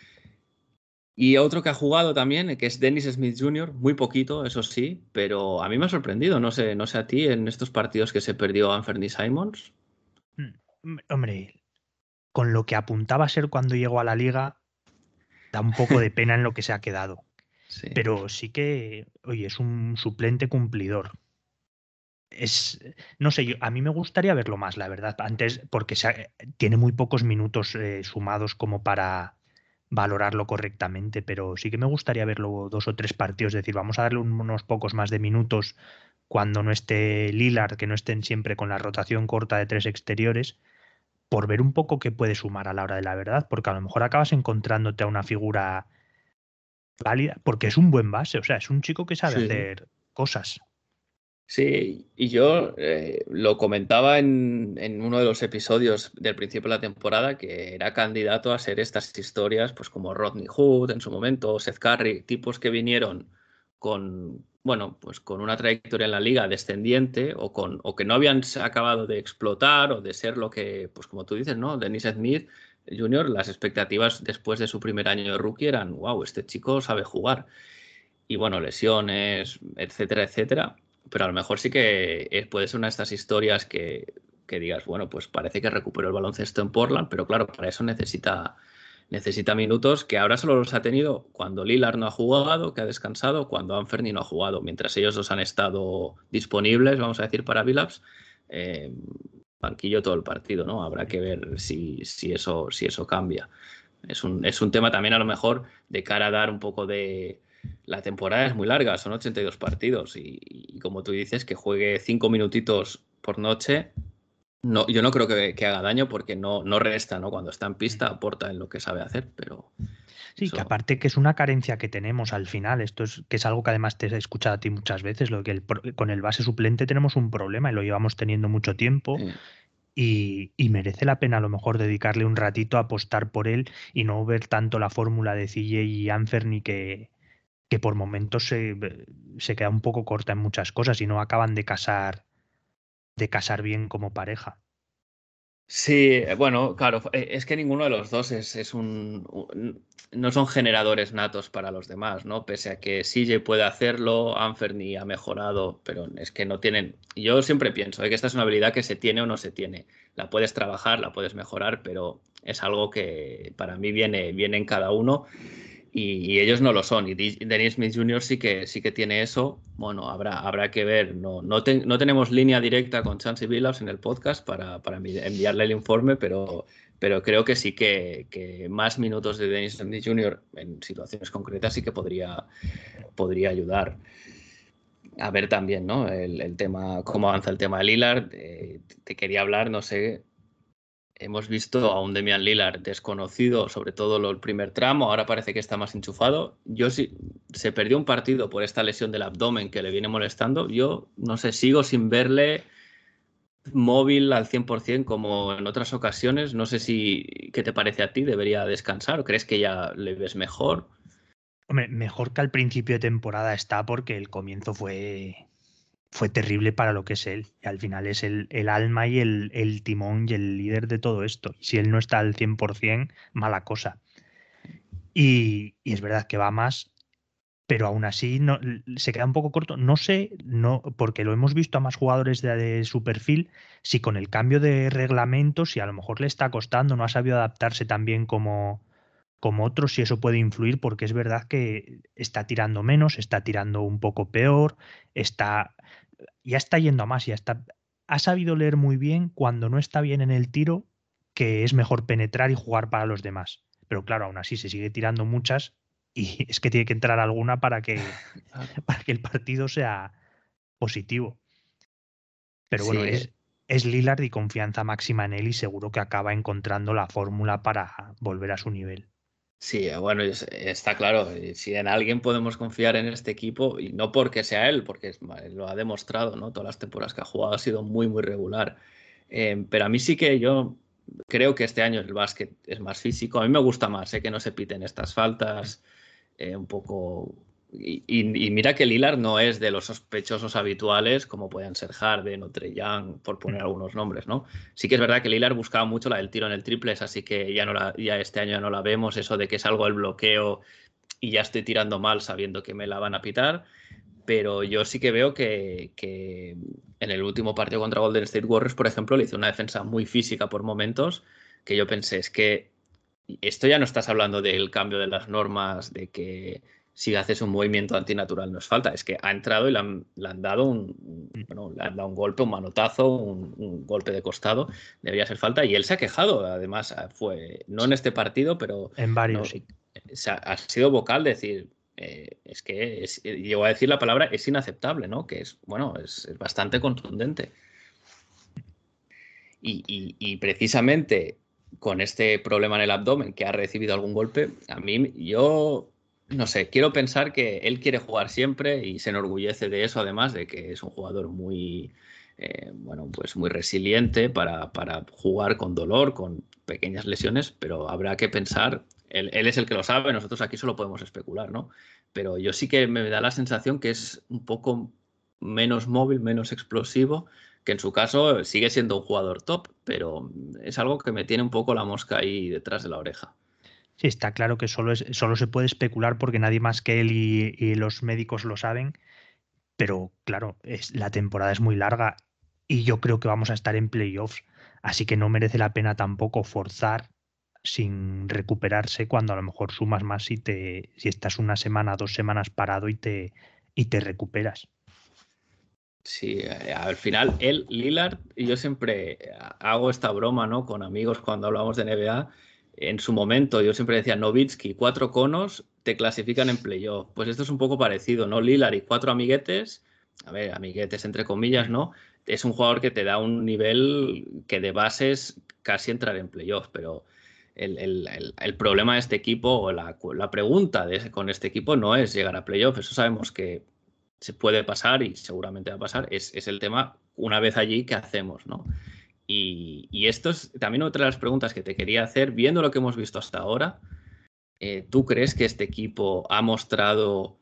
Y otro que ha jugado también, que es Dennis Smith junior, muy poquito, eso sí, pero a mí me ha sorprendido, no sé, no sé a ti, en estos partidos que se perdió Anthony Simons. Mm, Hombre, con lo que apuntaba a ser cuando llegó a la liga, da un poco de pena en lo que se ha quedado. Sí. Pero sí que, oye, es un suplente cumplidor. Es, no sé, yo, a mí me gustaría verlo más, la verdad, antes, porque se ha- tiene muy pocos minutos eh, sumados como para valorarlo correctamente, pero sí que me gustaría verlo dos o tres partidos, es decir, vamos a darle un- unos pocos más de minutos cuando no esté Lillard, que no estén siempre con la rotación corta de tres exteriores, por ver un poco qué puede sumar a la hora de la verdad, porque a lo mejor acabas encontrándote a una figura válida, porque es un buen base, o sea, es un chico que sabe Sí. hacer cosas. Sí, y yo eh, lo comentaba en, en uno de los episodios del principio de la temporada, que era candidato a ser estas historias, pues como Rodney Hood en su momento, Seth Curry, tipos que vinieron con, bueno, pues con una trayectoria en la liga descendiente o, con, o que no habían acabado de explotar o de ser lo que, pues como tú dices, ¿no? Dennis Smith junior, las expectativas después de su primer año de rookie eran, wow, este chico sabe jugar. Y bueno, lesiones, etcétera, etcétera. Pero a lo mejor sí que puede ser una de estas historias que, que digas, bueno, pues parece que recuperó el baloncesto en Portland, pero claro, para eso necesita, necesita minutos que ahora solo los ha tenido cuando Lillard no ha jugado, que ha descansado, cuando Anthony no ha jugado. Mientras ellos dos han estado disponibles, vamos a decir, para Billups, eh, banquillo todo el partido, ¿no? Habrá que ver si, si, eso, si eso cambia. Es un, es un tema también a lo mejor de cara a dar un poco de... La temporada es muy larga, son ochenta y dos partidos y, y como tú dices, que juegue cinco minutitos por noche, no, yo no creo que, que haga daño porque no, no resta, ¿no? Cuando está en pista aporta en lo que sabe hacer, pero Sí, que eso... aparte que es una carencia que tenemos al final, esto es que es algo que además te he escuchado a ti muchas veces, lo que el pro- con el base suplente tenemos un problema y lo llevamos teniendo mucho tiempo Sí. y, y merece la pena a lo mejor dedicarle un ratito a apostar por él y no ver tanto la fórmula de C J y Anthony que, que por momentos se, se queda un poco corta en muchas cosas y no acaban de casar, de casar bien como pareja. Sí, bueno, claro, eh, es que ninguno de los dos es, es un, un- no son generadores natos para los demás, ¿no? Pese a que C J puede hacerlo, Anthony ha mejorado, pero es que no tienen. Yo siempre pienso, ¿eh? Que esta es una habilidad que se tiene o no se tiene. La puedes trabajar, la puedes mejorar, pero es algo que para mí viene, viene en cada uno. Y, y ellos no lo son. Y Dennis Smith junior sí que, sí que tiene eso. Bueno, habrá, habrá que ver. No, no, te, no tenemos línea directa con Chancey Billups en el podcast para, para enviarle el informe, pero, pero creo que sí que, que más minutos de Dennis Smith junior en situaciones concretas sí que podría, podría ayudar. A ver también, ¿no? El, el tema, cómo avanza el tema de Lillard. Eh, te quería hablar, no sé, hemos visto a un Damian Lillard desconocido, sobre todo el primer tramo, ahora parece que está más enchufado. Yo sí, se perdió un partido por esta lesión del abdomen que le viene molestando. Yo no sé, sigo sin verle móvil al cien por ciento como en otras ocasiones. No sé si, ¿qué te parece a ti? ¿Debería descansar o crees que ya le ves mejor? Hombre, mejor que al principio de temporada está porque el comienzo fue, fue terrible para lo que es él. Y al final es el, el alma y el, el timón y el líder de todo esto. Y si él no está al cien por ciento, mala cosa. Y, y es verdad que va más, pero aún así no, se queda un poco corto. No sé, no, porque lo hemos visto a más jugadores de, de su perfil, si con el cambio de reglamento, si a lo mejor le está costando, no ha sabido adaptarse tan bien como, como otros, si eso puede influir, porque es verdad que está tirando menos, está tirando un poco peor, está, ya está yendo a más, ya está, ha sabido leer muy bien cuando no está bien en el tiro, que es mejor penetrar y jugar para los demás. Pero claro, aún así se sigue tirando muchas y es que tiene que entrar alguna para que, para que el partido sea positivo. Pero bueno, Sí, es, es Lillard y confianza máxima en él y seguro que acaba encontrando la fórmula para volver a su nivel. sí, bueno, es- está claro. eh, Si en alguien podemos confiar en este equipo, y no porque sea él, porque es- lo ha demostrado, ¿no? Todas las temporadas que ha jugado ha sido muy, muy regular. Eh, pero a mí sí que yo creo que este año el básquet es más físico. A mí me gusta más, sé que no se piten estas faltas, eh, un poco. Y, y- y mira que Lillard no es de los sospechosos habituales, como pueden ser Harden o Trae Young, por poner algunos nombres, ¿no? Sí que es verdad que Lillard buscaba mucho la del tiro en el triples, así que ya, no la, ya este año ya no la vemos, eso de que salgo el bloqueo y ya estoy tirando mal sabiendo que me la van a pitar. Pero yo sí que veo que, que en el último partido contra Golden State Warriors, por ejemplo, le hizo una defensa muy física por momentos, que yo pensé, es que esto ya no estás hablando del cambio de las normas, de que si haces un movimiento antinatural no es falta, es que ha entrado y le han, le han dado un, bueno, le han dado un golpe, un manotazo, un, un golpe de costado, debería ser falta, y él se ha quejado, además, fue, no en este partido, pero En varios, no, sí. se ha, ha sido vocal decir, eh, es que es, llegó a decir la palabra es inaceptable, ¿no? Que es, bueno, es, es bastante contundente. Y, y, y, precisamente con este problema en el abdomen que ha recibido algún golpe, a mí yo no sé, quiero pensar que él quiere jugar siempre y se enorgullece de eso, además de que es un jugador muy, eh, bueno, pues muy resiliente para, para, jugar con dolor, con pequeñas lesiones, pero habrá que pensar, él, él es el que lo sabe, nosotros aquí solo podemos especular, ¿no? Pero yo sí que me da la sensación que es un poco menos móvil, menos explosivo, que en su caso sigue siendo un jugador top, pero es algo que me tiene un poco la mosca ahí detrás de la oreja. Sí, está claro que solo, es, solo se puede especular porque nadie más que él y, y los médicos lo saben, pero claro, es, la temporada es muy larga y yo creo que vamos a estar en playoffs, así que no merece la pena tampoco forzar sin recuperarse cuando a lo mejor sumas más si, te, si estás una semana, dos semanas parado y te, y te recuperas. Sí, eh, al final él, Lillard, y yo siempre hago esta broma, ¿no? Con amigos cuando hablamos de N B A. En su momento yo siempre decía, Nowitzki, cuatro conos te clasifican en playoff. Pues esto es un poco parecido, ¿no? Lillard y cuatro amiguetes, a ver, amiguetes entre comillas, Mm. ¿no? Es un jugador que te da un nivel que de bases casi entrar en playoff, pero el, el, el, el problema de este equipo, o la, la pregunta de, con este equipo no es llegar a playoff, eso sabemos que se puede pasar y seguramente va a pasar, es, es el tema, una vez allí, ¿qué hacemos? ¿No? Y, y esto es también otra de las preguntas que te quería hacer, viendo lo que hemos visto hasta ahora, eh, ¿tú crees que este equipo ha mostrado,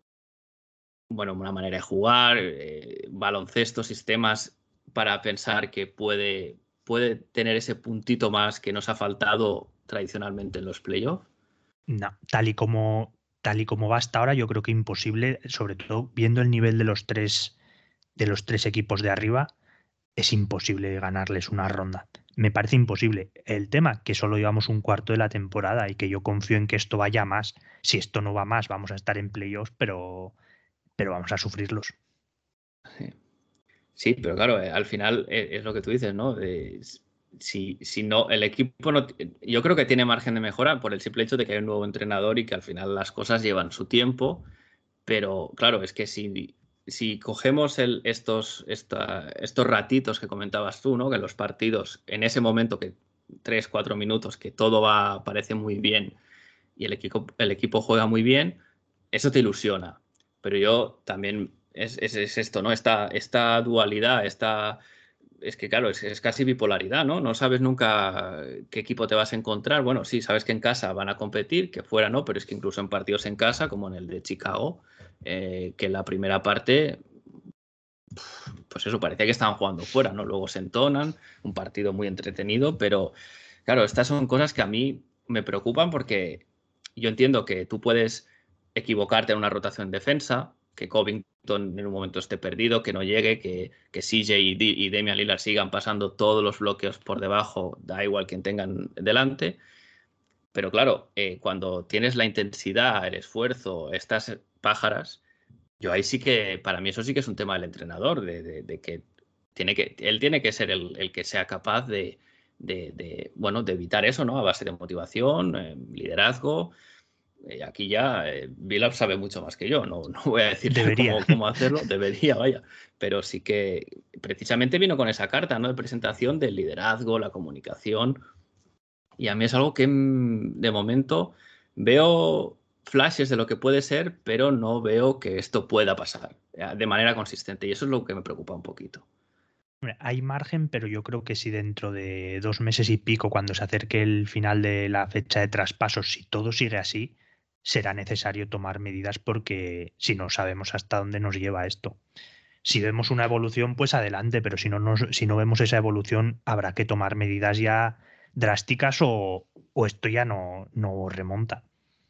bueno, una manera de jugar, eh, baloncesto, sistemas, para pensar que puede, puede tener ese puntito más que nos ha faltado tradicionalmente en los playoffs? No, tal y como, tal y como va hasta ahora, yo creo que imposible, sobre todo viendo el nivel de los tres, de los tres equipos de arriba, es imposible ganarles una ronda. Me parece imposible. El tema, que solo llevamos un cuarto de la temporada y que yo confío en que esto vaya más. Si esto no va más, vamos a estar en playoffs, pero, pero vamos a sufrirlos. Sí. Sí, pero claro, eh, al final eh, es lo que tú dices, ¿no? Eh, si, si no, el equipo no. Yo creo que tiene margen de mejora por el simple hecho de que hay un nuevo entrenador y que al final las cosas llevan su tiempo. Pero claro, es que si, si cogemos el, estos, esta, estos ratitos que comentabas tú, ¿no? Que los partidos, en ese momento, que tres, cuatro minutos, que todo va, parece muy bien y el equipo, el equipo juega muy bien, eso te ilusiona. Pero yo también es, es, es esto, ¿no? Esta, esta dualidad, esta es que claro, es, es casi bipolaridad, ¿no? No sabes nunca qué equipo te vas a encontrar. Bueno, sí, sabes que en casa van a competir, que fuera no, pero es que incluso en partidos en casa, como en el de Chicago, eh, que en la primera parte, pues eso, parecía que estaban jugando fuera, ¿no? Luego se entonan, un partido muy entretenido, pero claro, estas son cosas que a mí me preocupan porque yo entiendo que tú puedes equivocarte en una rotación en defensa, que Covington en un momento esté perdido, que no llegue, que, que C J y, D y Damian Lillard sigan pasando todos los bloqueos por debajo, da igual quien tengan delante. Pero claro, eh, cuando tienes la intensidad, el esfuerzo, estas pájaras, yo ahí sí que, para mí eso sí que es un tema del entrenador, de, de, de que, tiene que él tiene que ser el, el que sea capaz de, de, de, bueno, de evitar eso, ¿no? A base de motivación, eh, liderazgo. Eh, aquí ya eh, Billups sabe mucho más que yo, no, no voy a decirle cómo, cómo hacerlo, debería, vaya, pero sí que precisamente vino con esa carta, ¿no? De presentación del liderazgo, la comunicación, y a mí es algo que de momento veo flashes de lo que puede ser, pero no veo que esto pueda pasar de manera consistente, y eso es lo que me preocupa un poquito. Hay margen, pero yo creo que si dentro de dos meses y pico, cuando se acerque el final de la fecha de traspasos, si todo sigue así, será necesario tomar medidas porque si no sabemos hasta dónde nos lleva esto. Si vemos una evolución, pues adelante, pero si no, nos, si no vemos esa evolución, habrá que tomar medidas ya drásticas o, o esto ya no, no remonta.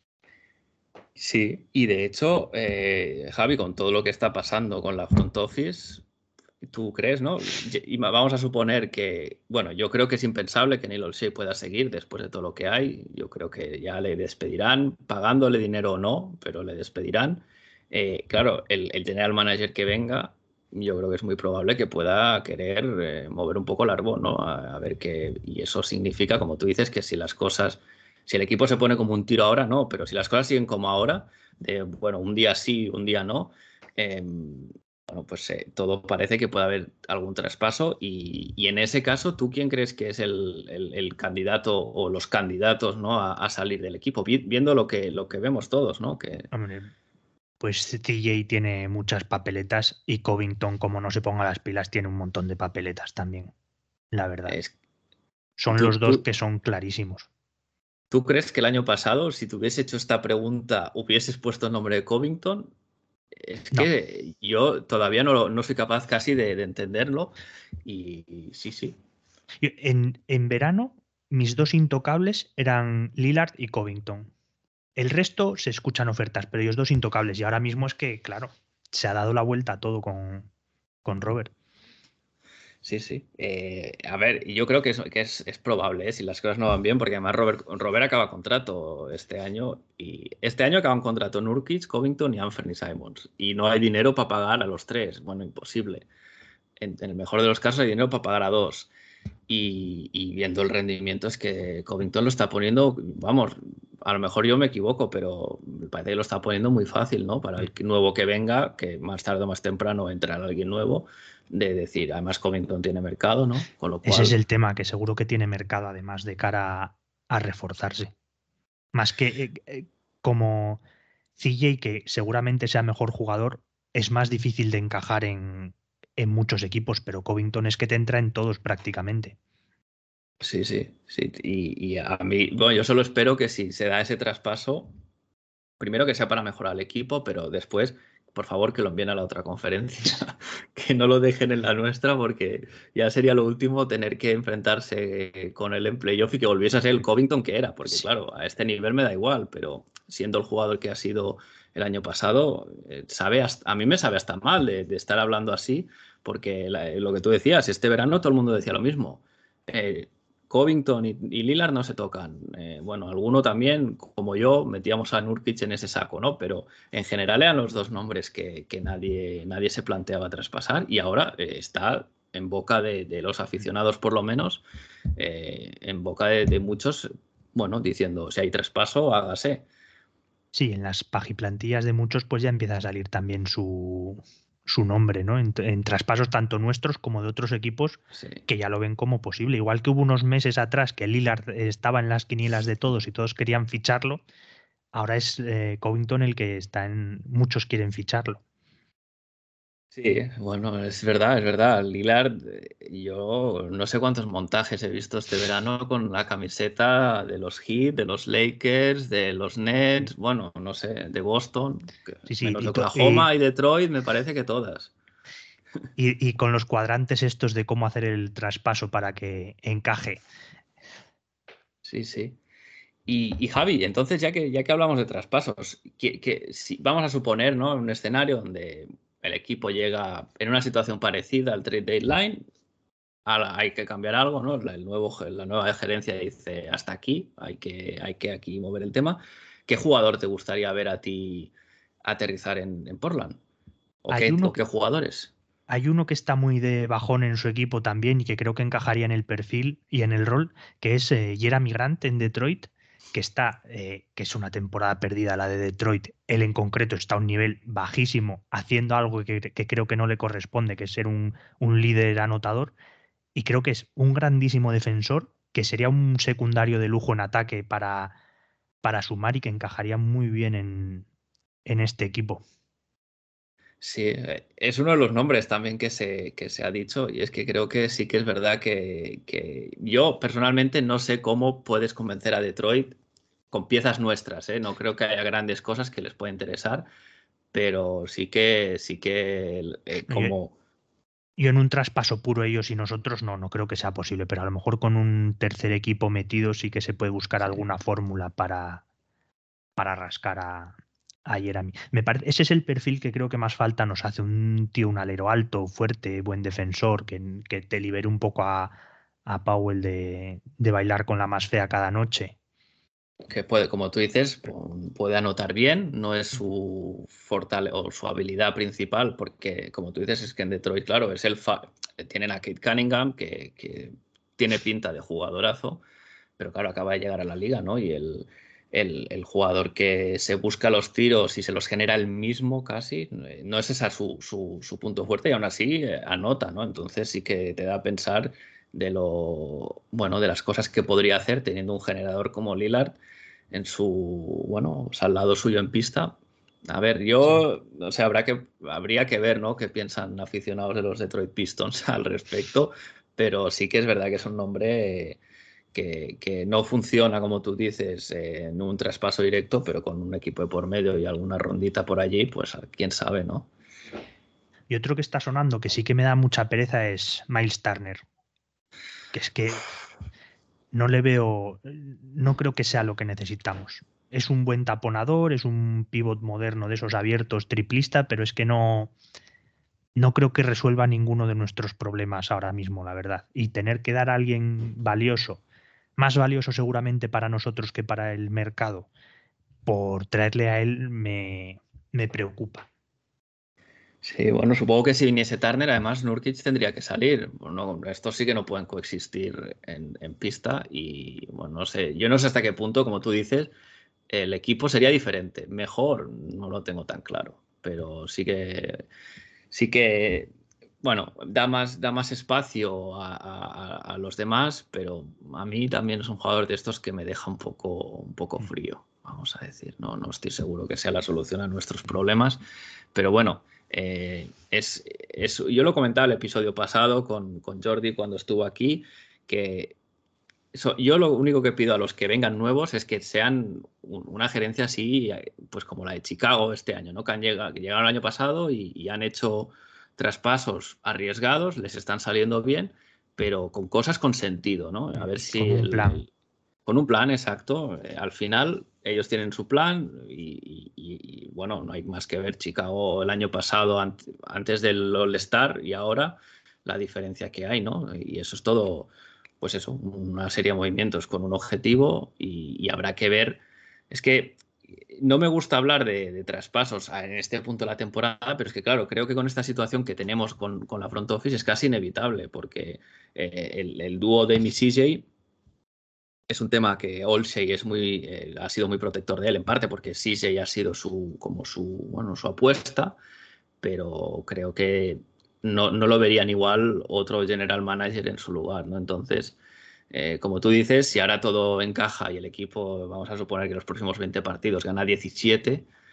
Sí, y de hecho, eh, Javi, con todo lo que está pasando con la front office, tú crees, ¿no? Y vamos a suponer que, bueno, yo creo que es impensable que Neil Olshey pueda seguir después de todo lo que hay. Yo creo que ya le despedirán, pagándole dinero o no, pero le despedirán. Eh, claro, el, el general manager que venga, yo creo que es muy probable que pueda querer eh, mover un poco el árbol, ¿no? A, a ver qué. Y eso significa, como tú dices, que si las cosas, si el equipo se pone como un tiro ahora, no, pero si las cosas siguen como ahora, de, bueno, un día sí, un día no. Eh, Bueno, pues eh, todo parece que puede haber algún traspaso y, y en ese caso, ¿tú quién crees que es el, el, el candidato o los candidatos, ¿no? a, a salir del equipo? Viendo lo que, lo que vemos todos, ¿no? Que... Hombre, pues C J tiene muchas papeletas y Covington, como no se ponga las pilas, tiene un montón de papeletas también, la verdad. Es... Son ¿Tú, los dos tú, que son clarísimos. ¿Tú crees que el año pasado, si te hubiese hecho esta pregunta, hubieses puesto el nombre de Covington? Es No. que yo todavía no, no soy capaz casi de, de entenderlo y, y sí, sí. En, en verano, mis dos intocables eran Lillard y Covington. El resto se escuchan ofertas, pero ellos dos intocables. Y ahora mismo es que, claro, se ha dado la vuelta a todo con, con Robert. Sí, sí. Eh, a ver, yo creo que es, que es, es probable, ¿eh? Si las cosas no van bien, porque además Robert, Robert acaba contrato este año y este año acaban contrato Nurkic, Covington y Anthony Simons y no hay dinero para pagar a los tres. Bueno, imposible. En, en el mejor de los casos hay dinero para pagar a dos. Y, y viendo el rendimiento es que Covington lo está poniendo, vamos, a lo mejor yo me equivoco, pero me parece que lo está poniendo muy fácil, ¿no? Para el nuevo que venga, que más tarde o más temprano entrará alguien nuevo, de decir, además Covington tiene mercado, ¿no? Con lo cual... Ese es el tema, que seguro que tiene mercado además de cara a, a reforzarse. Más que eh, eh, como C J, que seguramente sea mejor jugador, es más difícil de encajar en, en muchos equipos, pero Covington es que te entra en todos prácticamente. Sí, sí, sí. Y, y a mí, bueno, yo solo espero que si se da ese traspaso, primero que sea para mejorar el equipo, pero después, por favor, que lo envíen a la otra conferencia, que no lo dejen en la nuestra, porque ya sería lo último tener que enfrentarse con él en playoff y que volviese a ser el Covington que era, porque sí, claro, a este nivel me da igual, pero siendo el jugador que ha sido el año pasado, eh, sabe hasta, a mí me sabe hasta mal de, de estar hablando así, porque la, lo que tú decías, este verano todo el mundo decía lo mismo. Eh, Covington y, y Lillard no se tocan. Eh, bueno, alguno también, como yo, metíamos a Nurkic en ese saco, ¿no? Pero en general eran los dos nombres que, que nadie, nadie se planteaba traspasar y ahora eh, está en boca de, de los aficionados, por lo menos, eh, en boca de, de muchos, bueno, diciendo, si hay traspaso, hágase. Sí, en las pagiplantillas de muchos pues ya empieza a salir también su, su nombre, ¿no? En, en traspasos tanto nuestros como de otros equipos Sí. que ya lo ven como posible. Igual que hubo unos meses atrás que Lillard estaba en las quinielas de todos y todos querían ficharlo, ahora es eh, Covington el que está en... Muchos quieren ficharlo. Sí, bueno, es verdad, es verdad. Lillard, eh, yo no sé cuántos montajes he visto este verano con la camiseta de los Heat, de los Lakers, de los Nets, bueno, no sé, de Boston, que- Sí, sí, menos y, de to- y, Oklahoma y Detroit, me parece que todas. y- y con los cuadrantes estos de cómo hacer el traspaso para que encaje. Sí, sí. Y, y Javi, entonces ya que, ya que hablamos de traspasos, que, que si, vamos a suponer, ¿no? Un escenario donde el equipo llega en una situación parecida al trade deadline, ala, hay que cambiar algo, ¿no? La, el nuevo, la nueva gerencia dice hasta aquí, hay que, hay que aquí mover el tema. ¿Qué jugador te gustaría ver a ti aterrizar en, en Portland? ¿O Hay qué, uno o que, qué jugadores? hay uno que está muy de bajón en su equipo también y que creo que encajaría en el perfil y en el rol, que es eh, Jerami Grant en Detroit, que está, eh, que es una temporada perdida la de Detroit. Él en concreto está a un nivel bajísimo, haciendo algo que, que creo que no le corresponde, que es ser un, un líder anotador. Y creo que es un grandísimo defensor, que sería un secundario de lujo en ataque para, para sumar y que encajaría muy bien en, en este equipo. Sí, eh, es uno de los nombres también que se, que se ha dicho y es que creo que sí que es verdad que, que yo personalmente no sé cómo puedes convencer a Detroit con piezas nuestras, ¿eh? No creo que haya grandes cosas que les pueda interesar, pero sí que, sí que eh, No, Yo, como... yo en un traspaso puro ellos y nosotros no, no creo que sea posible, pero a lo mejor con un tercer equipo metido sí que se puede buscar Sí, alguna fórmula para, para rascar a, a Jeremy. Me parece, ese es el perfil que creo que más falta nos hace, un tío, un alero alto, fuerte, buen defensor, que, que te libere un poco a, a Powell de, de bailar con la más fea cada noche. que puede, como tú dices, pu- puede anotar bien, no es su fortale o su habilidad principal, porque como tú dices, es que en Detroit, claro, es el fa- tienen a Kate Cunningham, que, que tiene pinta de jugadorazo, pero claro, acaba de llegar a la liga, ¿no? Y el, el, el jugador que se busca los tiros y se los genera él mismo casi, eh, no es esa su, su, su punto fuerte y aún así eh, anota, ¿no? Entonces sí que te da a pensar de lo, bueno, de las cosas que podría hacer teniendo un generador como Lillard en su, bueno, o sea, al lado suyo en pista. A ver, Sí. yo, o sea, habrá que, habría que ver, ¿no? Qué piensan aficionados de los Detroit Pistons al respecto, pero sí que es verdad que es un nombre que, que no funciona, como tú dices, eh, en un traspaso directo, pero con un equipo de por medio y alguna rondita por allí, pues quién sabe, ¿no? Y otro que está sonando que sí que me da mucha pereza es Miles Turner, que es que no le veo, no creo que sea lo que necesitamos. Es un buen taponador, es un pivot moderno de esos abiertos triplista, pero es que no, no creo que resuelva ninguno de nuestros problemas ahora mismo, la verdad. Y tener que dar a alguien valioso, más valioso seguramente para nosotros que para el mercado, por traerle a él me, me preocupa. Sí, bueno, supongo que si viniese Turner, además Nurkic tendría que salir. Bueno, estos sí que no pueden coexistir en, en pista y, bueno, no sé, yo no sé hasta qué punto, como tú dices, el equipo sería diferente. Mejor, no lo tengo tan claro, pero sí que, sí que, bueno, da más, da más espacio a, a- a los demás, pero a mí también es un jugador de estos que me deja un poco, un poco frío, vamos a decir. No, no estoy seguro que sea la solución a nuestros problemas, pero bueno. Eh, es, es- yo lo comentaba el episodio pasado con, con Jordi cuando estuvo aquí, que eso, yo lo único que pido a los que vengan nuevos es que sean un- una gerencia así, eh, pues como la de Chicago este año, ¿no? Que han llegado, que llegaron el año pasado y, y han hecho traspasos arriesgados, les están saliendo bien, pero con cosas con sentido, ¿no? A ver Con si un el, plan. el- con un plan exacto. eh, al final ellos tienen su plan y, y- y, bueno, no hay más que ver Chicago el año pasado ant- antes del All-Star y ahora la diferencia que hay, ¿no? Y eso es todo pues eso, una serie de movimientos con un objetivo y, y habrá que ver. Es que no me gusta hablar de, de traspasos en este punto de la temporada, pero es que claro, creo que con esta situación que tenemos con, con la front office es casi inevitable, porque eh, el, el dúo de C J es un tema que Olshey es muy, eh, ha sido muy protector de él, en parte porque C J ha sido su, como su, bueno, su apuesta, pero creo que no, no lo verían igual otro general manager en su lugar, ¿no? Entonces, eh, como tú dices, si ahora todo encaja y el equipo, vamos a suponer que los próximos veinte partidos gana diecisiete,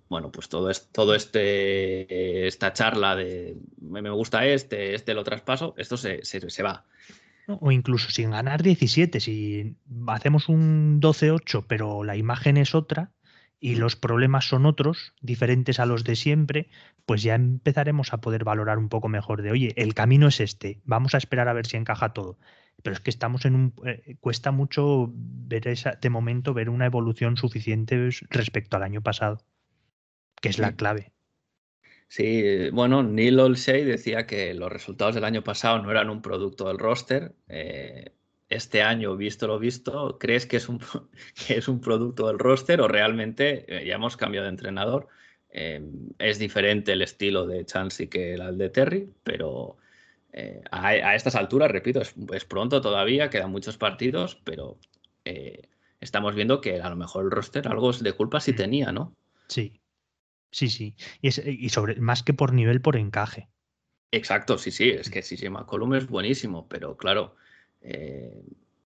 bueno, pues todo, es, todo este esta charla de me gusta este, este lo traspaso, esto se, se, se va. O incluso sin ganar diecisiete, si hacemos un doce ocho, pero la imagen es otra y los problemas son otros, diferentes a los de siempre, pues ya empezaremos a poder valorar un poco mejor de, oye, el camino es este, vamos a esperar a ver si encaja todo. Pero es que estamos en un... Eh, cuesta mucho ver esa, de momento ver una evolución suficiente respecto al año pasado, que es la clave. Sí, bueno, Neil Olshey decía que los resultados del año pasado no eran un producto del roster. Eh, este año, visto lo visto, ¿crees que es un, que es un producto del roster o realmente eh, ya hemos cambiado de entrenador? Eh, es diferente el estilo de Chansey que el de Terry, pero eh, a, a estas alturas, repito, es, es pronto todavía, quedan muchos partidos, pero eh, estamos viendo que a lo mejor el roster algo de culpa sí tenía, ¿no? Sí. Sí, sí. Y, es, y sobre más que por nivel, por encaje. Exacto, sí, sí. Es que C J McCollum es buenísimo, pero claro, eh,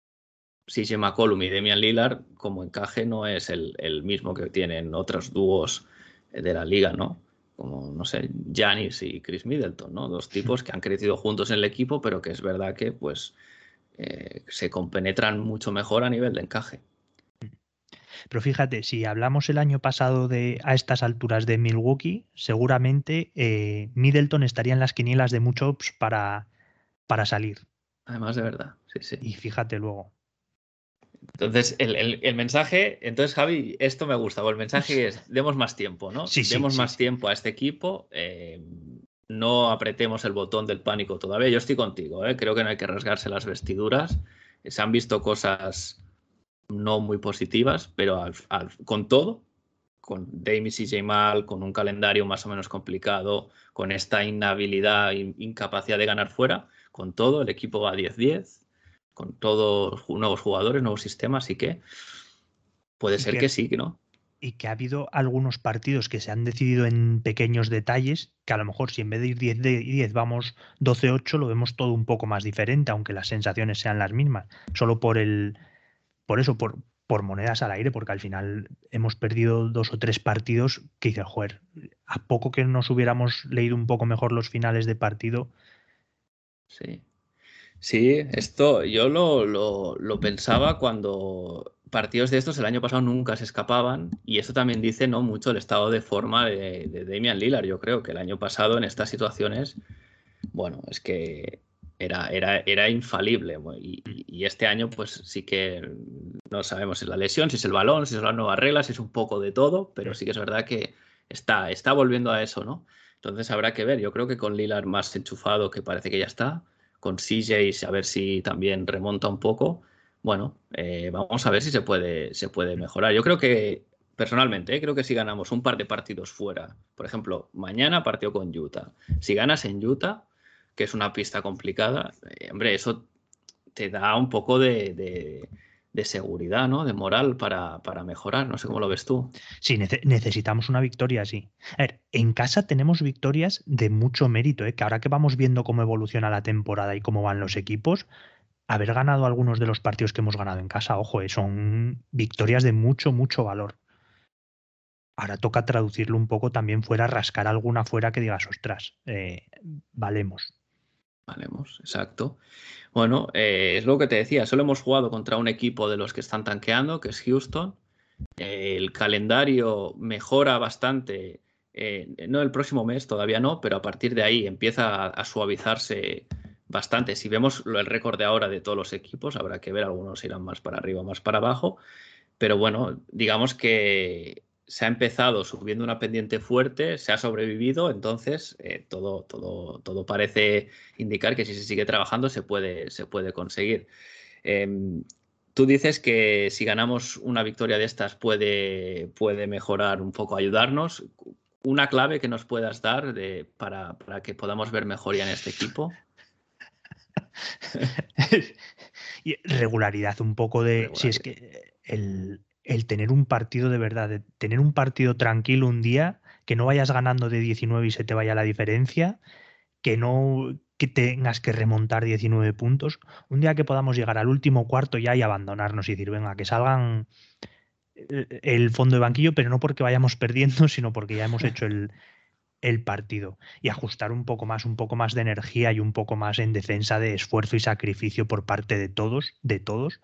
C J McCollum y Damian Lillard como encaje no es el, el mismo que tienen otros dúos de la liga, ¿no? Como, no sé, Giannis y Chris Middleton, ¿no? Dos tipos que han crecido juntos en el equipo, pero que es verdad que pues eh, se compenetran mucho mejor a nivel de encaje. Pero fíjate, si hablamos el año pasado de a estas alturas de Milwaukee, seguramente eh, Middleton estaría en las quinielas de muchos para, para salir. Además, de verdad, sí, sí. Y fíjate luego. Entonces, el, el, el mensaje, entonces Javi, esto me gusta, o el mensaje es, demos más tiempo, ¿no? Sí, sí, demos sí, más sí. tiempo a este equipo, eh, no apretemos el botón del pánico todavía. Yo estoy contigo, ¿eh? Creo que no hay que rasgarse las vestiduras. Se han visto cosas no muy positivas, pero al, al, con todo, con Dame y C J mal, con un calendario más o menos complicado, con esta inhabilidad e incapacidad de ganar fuera, con todo, el equipo va diez diez, con todos nuevos jugadores, nuevos sistemas, así que puede ser que, que sí, ¿no? Y que ha habido algunos partidos que se han decidido en pequeños detalles, que a lo mejor si en vez de ir diez diez vamos doce ocho, lo vemos todo un poco más diferente, aunque las sensaciones sean las mismas. Solo por el... Por eso, por, por monedas al aire, porque al final hemos perdido dos o tres partidos que dices, joder, a poco que nos hubiéramos leído un poco mejor los finales de partido. Sí. Sí, esto yo lo, lo, lo pensaba cuando partidos de estos el año pasado nunca se escapaban, y esto también dice no mucho el estado de forma de, de Damian Lillard. Yo creo que el año pasado en estas situaciones, bueno, es que era, era, era infalible, y, y este año pues sí que no sabemos si es la lesión, si es el balón, si son las nuevas reglas, si es un poco de todo, pero sí que es verdad que está, está volviendo a eso, ¿no? Entonces habrá que ver. Yo creo que con Lillard más enchufado, que parece que ya está, con C J a ver si también remonta un poco. Bueno, eh, vamos a ver si se puede, se puede mejorar. Yo creo que, personalmente, ¿eh? creo que si ganamos un par de partidos fuera, por ejemplo, mañana partido con Utah, si ganas en Utah, que es una pista complicada, eh, hombre, eso te da un poco de, de, de seguridad, ¿no? De moral para, para mejorar. No sé cómo lo ves tú. Sí, nece necesitamos una victoria, sí. A ver, en casa tenemos victorias de mucho mérito, ¿eh? Que ahora que vamos viendo cómo evoluciona la temporada y cómo van los equipos, haber ganado algunos de los partidos que hemos ganado en casa, ojo, eh, son victorias de mucho, mucho valor. Ahora toca traducirlo un poco también fuera, rascar alguna fuera que digas, ostras, eh, valemos. Valemos, exacto. Bueno, eh, es lo que te decía, solo hemos jugado contra un equipo de los que están tanqueando, que es Houston. Eh, el calendario mejora bastante, eh, no el próximo mes, todavía no, pero a partir de ahí empieza a, a suavizarse bastante. Si vemos el récord de ahora de todos los equipos, habrá que ver, algunos irán más para arriba, más para abajo, pero bueno, digamos que se ha empezado subiendo una pendiente fuerte, se ha sobrevivido, entonces eh, todo, todo, todo parece indicar que si se sigue trabajando se puede, se puede conseguir. Eh, tú dices que si ganamos una victoria de estas puede, puede mejorar un poco, ayudarnos. ¿Una clave que nos puedas dar de, para, para que podamos ver mejoría en este equipo? Y regularidad, un poco de... Si es que el, el tener un partido de verdad, de tener un partido tranquilo un día, que no vayas ganando de diecinueve y se te vaya la diferencia, que no que tengas que remontar diecinueve puntos, un día que podamos llegar al último cuarto ya y abandonarnos y decir, venga, que salgan el fondo de banquillo, pero no porque vayamos perdiendo, sino porque ya hemos hecho el, el partido. Y ajustar un poco más, un poco más de energía y un poco más en defensa de esfuerzo y sacrificio por parte de todos, de todos.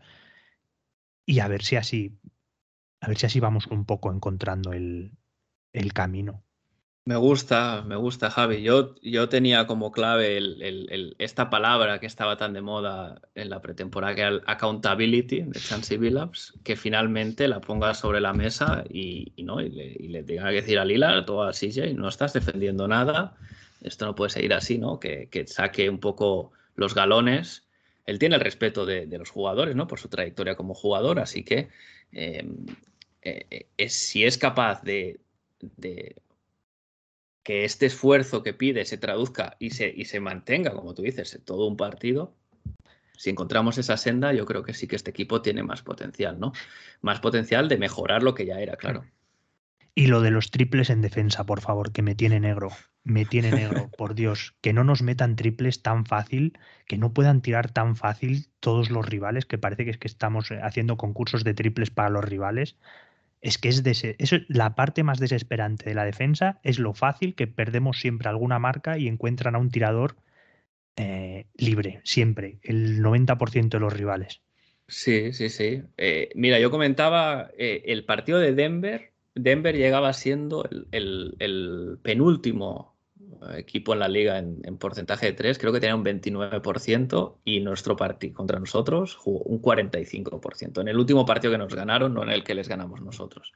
Y a ver si así, a ver si así vamos un poco encontrando el, el camino. Me gusta, me gusta, Javi. Yo, yo tenía como clave el, el, el, esta palabra que estaba tan de moda en la pretemporada, que era el accountability de Chansey Billups, que finalmente la ponga sobre la mesa y, y, ¿no? y, le, y le tenga que decir a Lillard o a C J, no estás defendiendo nada, esto no puede seguir así, ¿no? Que, que saque un poco los galones. Él tiene el respeto de, de los jugadores, ¿no? Por su trayectoria como jugador, así que eh, eh, eh, si es capaz de... de que este esfuerzo que pide se traduzca y se, y se mantenga, como tú dices, todo un partido, si encontramos esa senda, yo creo que sí que este equipo tiene más potencial, ¿no? Más potencial de mejorar lo que ya era, claro. Y lo de los triples en defensa, por favor, que me tiene negro. Me tiene negro, por Dios. Que no nos metan triples tan fácil, que no puedan tirar tan fácil todos los rivales, que parece que es que estamos haciendo concursos de triples para los rivales. Es que es des- eso, la parte más desesperante de la defensa es lo fácil que perdemos siempre alguna marca y encuentran a un tirador eh, libre, siempre, el noventa por ciento de los rivales. Sí, sí, sí. Eh, mira, yo comentaba eh, el partido de Denver. Denver llegaba siendo el, el, el penúltimo equipo en la liga en, en porcentaje de tres, creo que tenía un veintinueve por ciento y nuestro partido contra nosotros jugó un cuarenta y cinco por ciento. En el último partido que nos ganaron, no en el que les ganamos nosotros.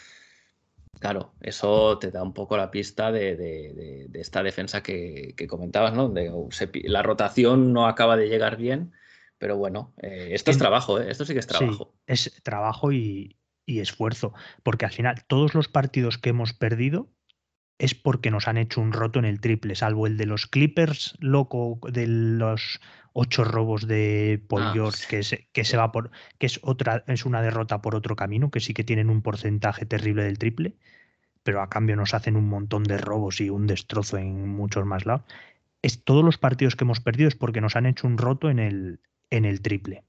Claro, eso te da un poco la pista de, de, de, de esta defensa que, que comentabas, ¿no? De, se, la rotación no acaba de llegar bien, pero bueno, eh, esto es trabajo, ¿eh? Esto sí que es trabajo. Sí, es trabajo y, y esfuerzo, porque al final todos los partidos que hemos perdido es porque nos han hecho un roto en el triple, salvo el de los Clippers, loco, de los ocho robos de Paul Ah, George, sí, que, se, que sí. se va por, que es otra, es una derrota por otro camino, que sí que tienen un porcentaje terrible del triple, pero a cambio nos hacen un montón de robos y un destrozo en muchos más lados. Es, todos los partidos que hemos perdido es porque nos han hecho un roto en el, en el triple.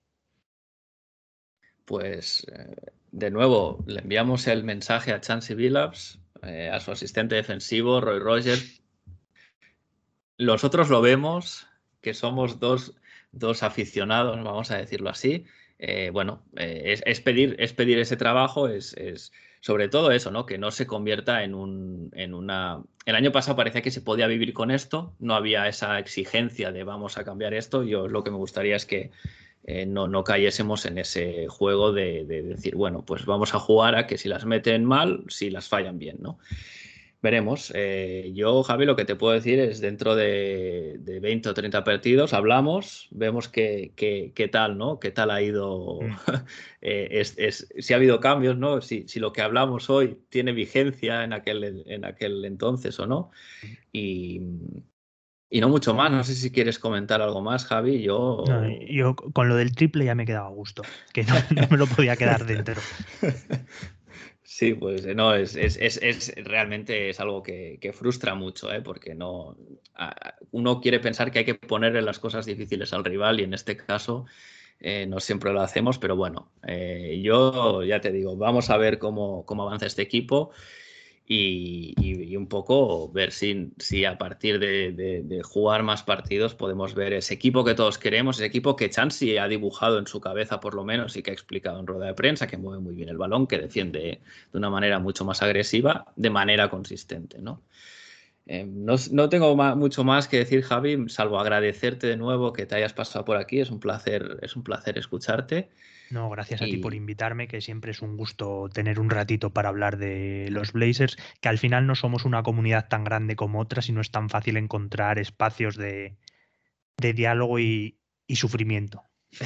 Pues eh, de nuevo le enviamos el mensaje a Chansey Billups, eh, a su asistente defensivo, Roy Rogers. Nosotros lo vemos, que somos dos, dos aficionados, vamos a decirlo así. Eh, bueno, eh, es, es, pedir, es pedir ese trabajo, es, es sobre todo eso, ¿no? Que no se convierta en, un, en una... El año pasado parecía que se podía vivir con esto, no había esa exigencia de vamos a cambiar esto. Yo lo que me gustaría es que eh, no, no cayésemos en ese juego de, de decir, bueno, pues vamos a jugar a que si las meten mal, si las fallan bien, ¿no? Veremos. Eh, yo, Javi, lo que te puedo decir es dentro de, de veinte o treinta partidos hablamos, vemos qué, qué, qué tal, ¿no? Qué tal ha ido, Mm. eh, es, es, si ha habido cambios, ¿no? Si, si lo que hablamos hoy tiene vigencia en aquel, en aquel entonces o no. Y, y no mucho más. No sé si quieres comentar algo más, Javi. Yo... No, yo con lo del triple ya me quedaba a gusto, que no, no me lo podía quedar dentro. Sí, pues no, es, es, es, es realmente es algo que, que frustra mucho, ¿eh? Porque no, a, uno quiere pensar que hay que ponerle las cosas difíciles al rival y en este caso eh, no siempre lo hacemos, pero bueno, eh, yo ya te digo, vamos a ver cómo, cómo avanza este equipo y, y, y un poco ver si, si a partir de, de, de jugar más partidos podemos ver ese equipo que todos queremos, ese equipo que Chansey ha dibujado en su cabeza por lo menos y que ha explicado en rueda de prensa, que mueve muy bien el balón, que defiende de una manera mucho más agresiva, de manera consistente, ¿no? Eh, no, no tengo más, mucho más que decir, Javi, salvo agradecerte de nuevo que te hayas pasado por aquí. Es un placer, es un placer escucharte. No, gracias a ti por Y invitarme, que siempre es un gusto tener un ratito para hablar de los Blazers, que al final no somos una comunidad tan grande como otras y no es tan fácil encontrar espacios de, de diálogo y, y sufrimiento.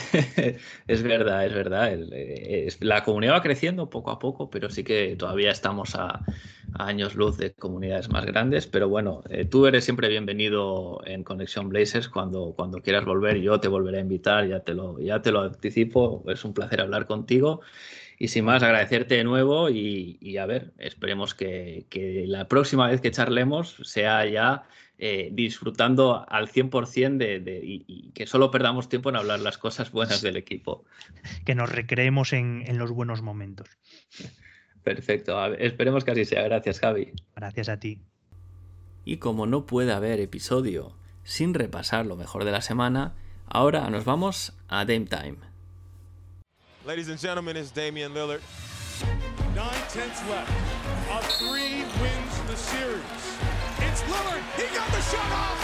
es verdad, es verdad. El, eh, es, la comunidad va creciendo poco a poco, pero sí que todavía estamos a, a años luz de comunidades más grandes. Pero bueno, eh, tú eres siempre bienvenido en Conexión Blazers cuando, cuando quieras volver. Yo te volveré a invitar, ya te lo, ya te lo anticipo. Es un placer hablar contigo. Y sin más, agradecerte de nuevo y, y a ver, esperemos que, que la próxima vez que charlemos sea ya eh, disfrutando al cien por ciento de, de, y, y que solo perdamos tiempo en hablar las cosas buenas del equipo. Que nos recreemos en, en los buenos momentos. Perfecto, a ver, esperemos que así sea. Gracias, Javi. Gracias a ti. Y como no puede haber episodio sin repasar lo mejor de la semana, ahora nos vamos a Dame Time. Ladies and gentlemen, it's Damian Lillard. Nine tenths left. A three wins the series. It's Lillard. He got the shot off.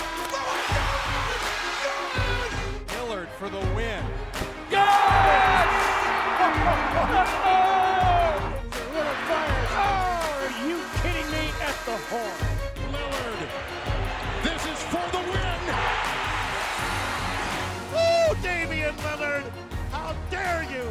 Lillard, good! Lillard for the win. Yes! Lillard fires. Oh, are you kidding me? At the horn. Lillard. This is for the win. Woo, Damian Lillard. How dare you?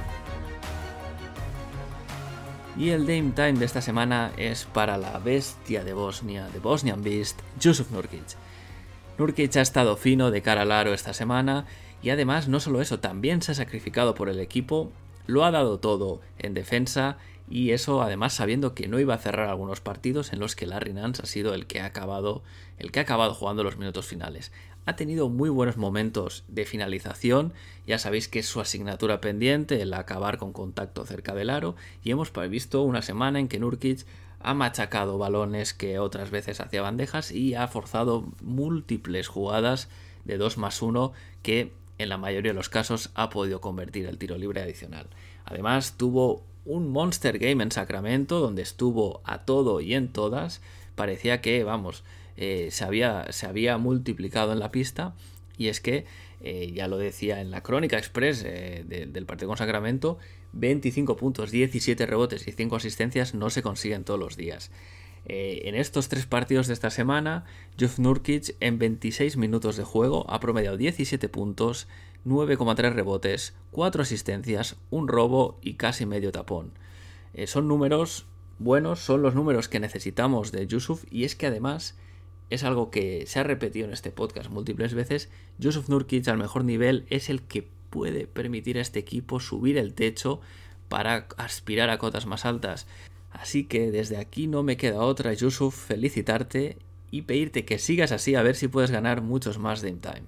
Y el Dame Time de esta semana es para la bestia de Bosnia, de Bosnian Beast, Jusuf Nurkic. Nurkic ha estado fino de cara al aro esta semana y además no solo eso, también se ha sacrificado por el equipo, lo ha dado todo en defensa y eso además sabiendo que no iba a cerrar algunos partidos en los que Larry Nance ha sido el que ha acabado, el que ha acabado jugando los minutos finales. Ha tenido muy buenos momentos de finalización, ya sabéis que es su asignatura pendiente, el acabar con contacto cerca del aro, y hemos visto una semana en que Nurkic ha machacado balones que otras veces hacía bandejas y ha forzado múltiples jugadas de dos más uno que en la mayoría de los casos ha podido convertir el tiro libre adicional. Además tuvo un Monster Game en Sacramento donde estuvo a todo y en todas, parecía que, vamos... Eh, se, había, se había multiplicado en la pista y es que, eh, ya lo decía en la Crónica Express eh, de, del partido con Sacramento, veinticinco puntos, diecisiete rebotes y cinco asistencias no se consiguen todos los días. Eh, en estos tres partidos de esta semana, Jusuf Nurkic en veintiséis minutos de juego ha promediado diecisiete puntos, nueve coma tres rebotes, cuatro asistencias, un robo y casi medio tapón. Eh, son números buenos, son los números que necesitamos de Jusuf y es que además... es algo que se ha repetido en este podcast múltiples veces. Jusuf Nurkic al mejor nivel es el que puede permitir a este equipo subir el techo para aspirar a cotas más altas. Así que desde aquí no me queda otra, Jusuf, felicitarte y pedirte que sigas así a ver si puedes ganar muchos más Dame Time.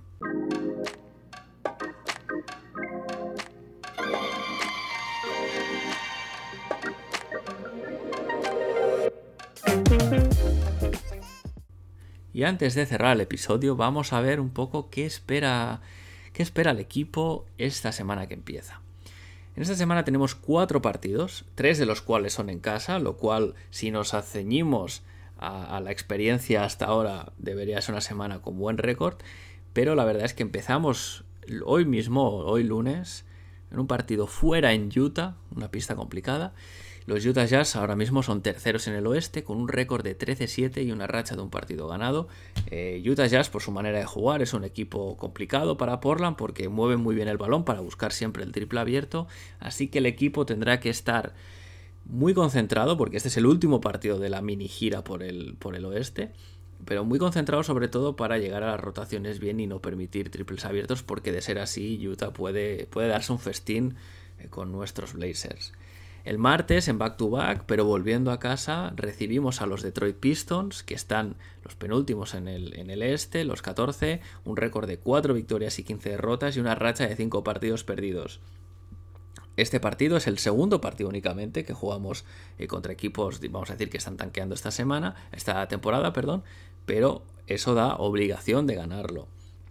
Y antes de cerrar el episodio vamos a ver un poco qué espera, qué espera el equipo esta semana que empieza. En esta semana tenemos cuatro partidos, tres de los cuales son en casa, lo cual si nos aceñimos a, a la experiencia hasta ahora debería ser una semana con buen récord, pero la verdad es que empezamos hoy mismo, hoy lunes, en un partido fuera en Utah, una pista complicada. Los Utah Jazz ahora mismo son terceros en el oeste con un récord de trece siete y una racha de un partido ganado. Eh, Utah Jazz, por su manera de jugar, es un equipo complicado para Portland porque mueve muy bien el balón para buscar siempre el triple abierto, así que el equipo tendrá que estar muy concentrado porque este es el último partido de la mini gira por el, por el oeste, pero muy concentrado sobre todo para llegar a las rotaciones bien y no permitir triples abiertos porque de ser así Utah puede, puede darse un festín eh, con nuestros Blazers. El martes, en back-to-back, pero volviendo a casa, recibimos a los Detroit Pistons, que están los penúltimos en el, en el este, los catorce, un récord de cuatro victorias y quince derrotas y una racha de cinco partidos perdidos. Este partido es el segundo partido únicamente que jugamos eh, contra equipos, vamos a decir, que están tanqueando esta semana, esta temporada, perdón, pero eso da obligación de ganarlo.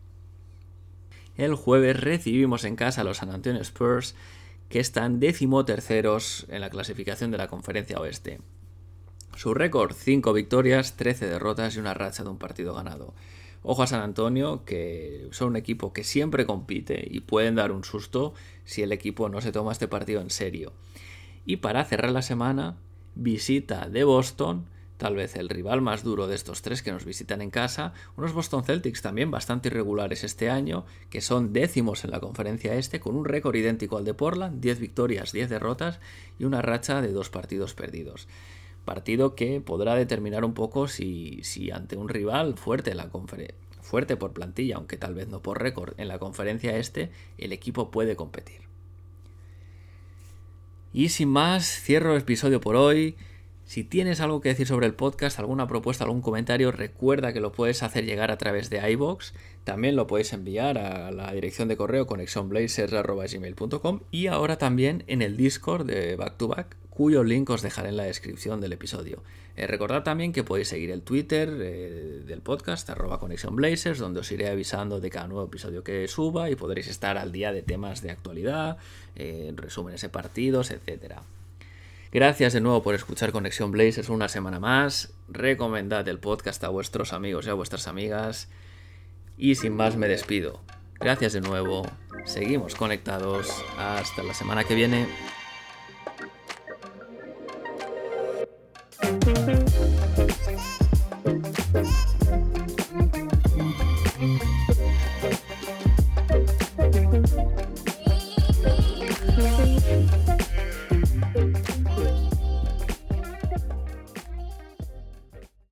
El jueves recibimos en casa a los San Antonio Spurs, que están decimoterceros en la clasificación de la Conferencia Oeste. Su récord, cinco victorias, trece derrotas y una racha de un partido ganado. Ojo a San Antonio, que son un equipo que siempre compite y pueden dar un susto si el equipo no se toma este partido en serio. Y para cerrar la semana, visita de Boston, tal vez el rival más duro de estos tres que nos visitan en casa, unos Boston Celtics también bastante irregulares este año, que son décimos en la conferencia este, con un récord idéntico al de Portland, diez victorias, diez derrotas y una racha de dos partidos perdidos. Partido que podrá determinar un poco si, si ante un rival fuerte, en la confer- fuerte por plantilla, aunque tal vez no por récord, en la conferencia este, el equipo puede competir. Y sin más, cierro el episodio por hoy. Si tienes algo que decir sobre el podcast, alguna propuesta, algún comentario, recuerda que lo puedes hacer llegar a través de iVoox. También lo puedes enviar a la dirección de correo conexión blazers arroba gmail punto com y ahora también en el Discord de Back to Back, cuyo link os dejaré en la descripción del episodio. Eh, recordad también que podéis seguir el Twitter eh, del podcast, arroba conexión blazers, donde os iré avisando de cada nuevo episodio que suba y podréis estar al día de temas de actualidad, eh, resúmenes de partidos, etcétera. Gracias de nuevo por escuchar Conexión Blazers una semana más. Recomendad el podcast a vuestros amigos y a vuestras amigas. Y sin más me despido. Gracias de nuevo. Seguimos conectados. Hasta la semana que viene.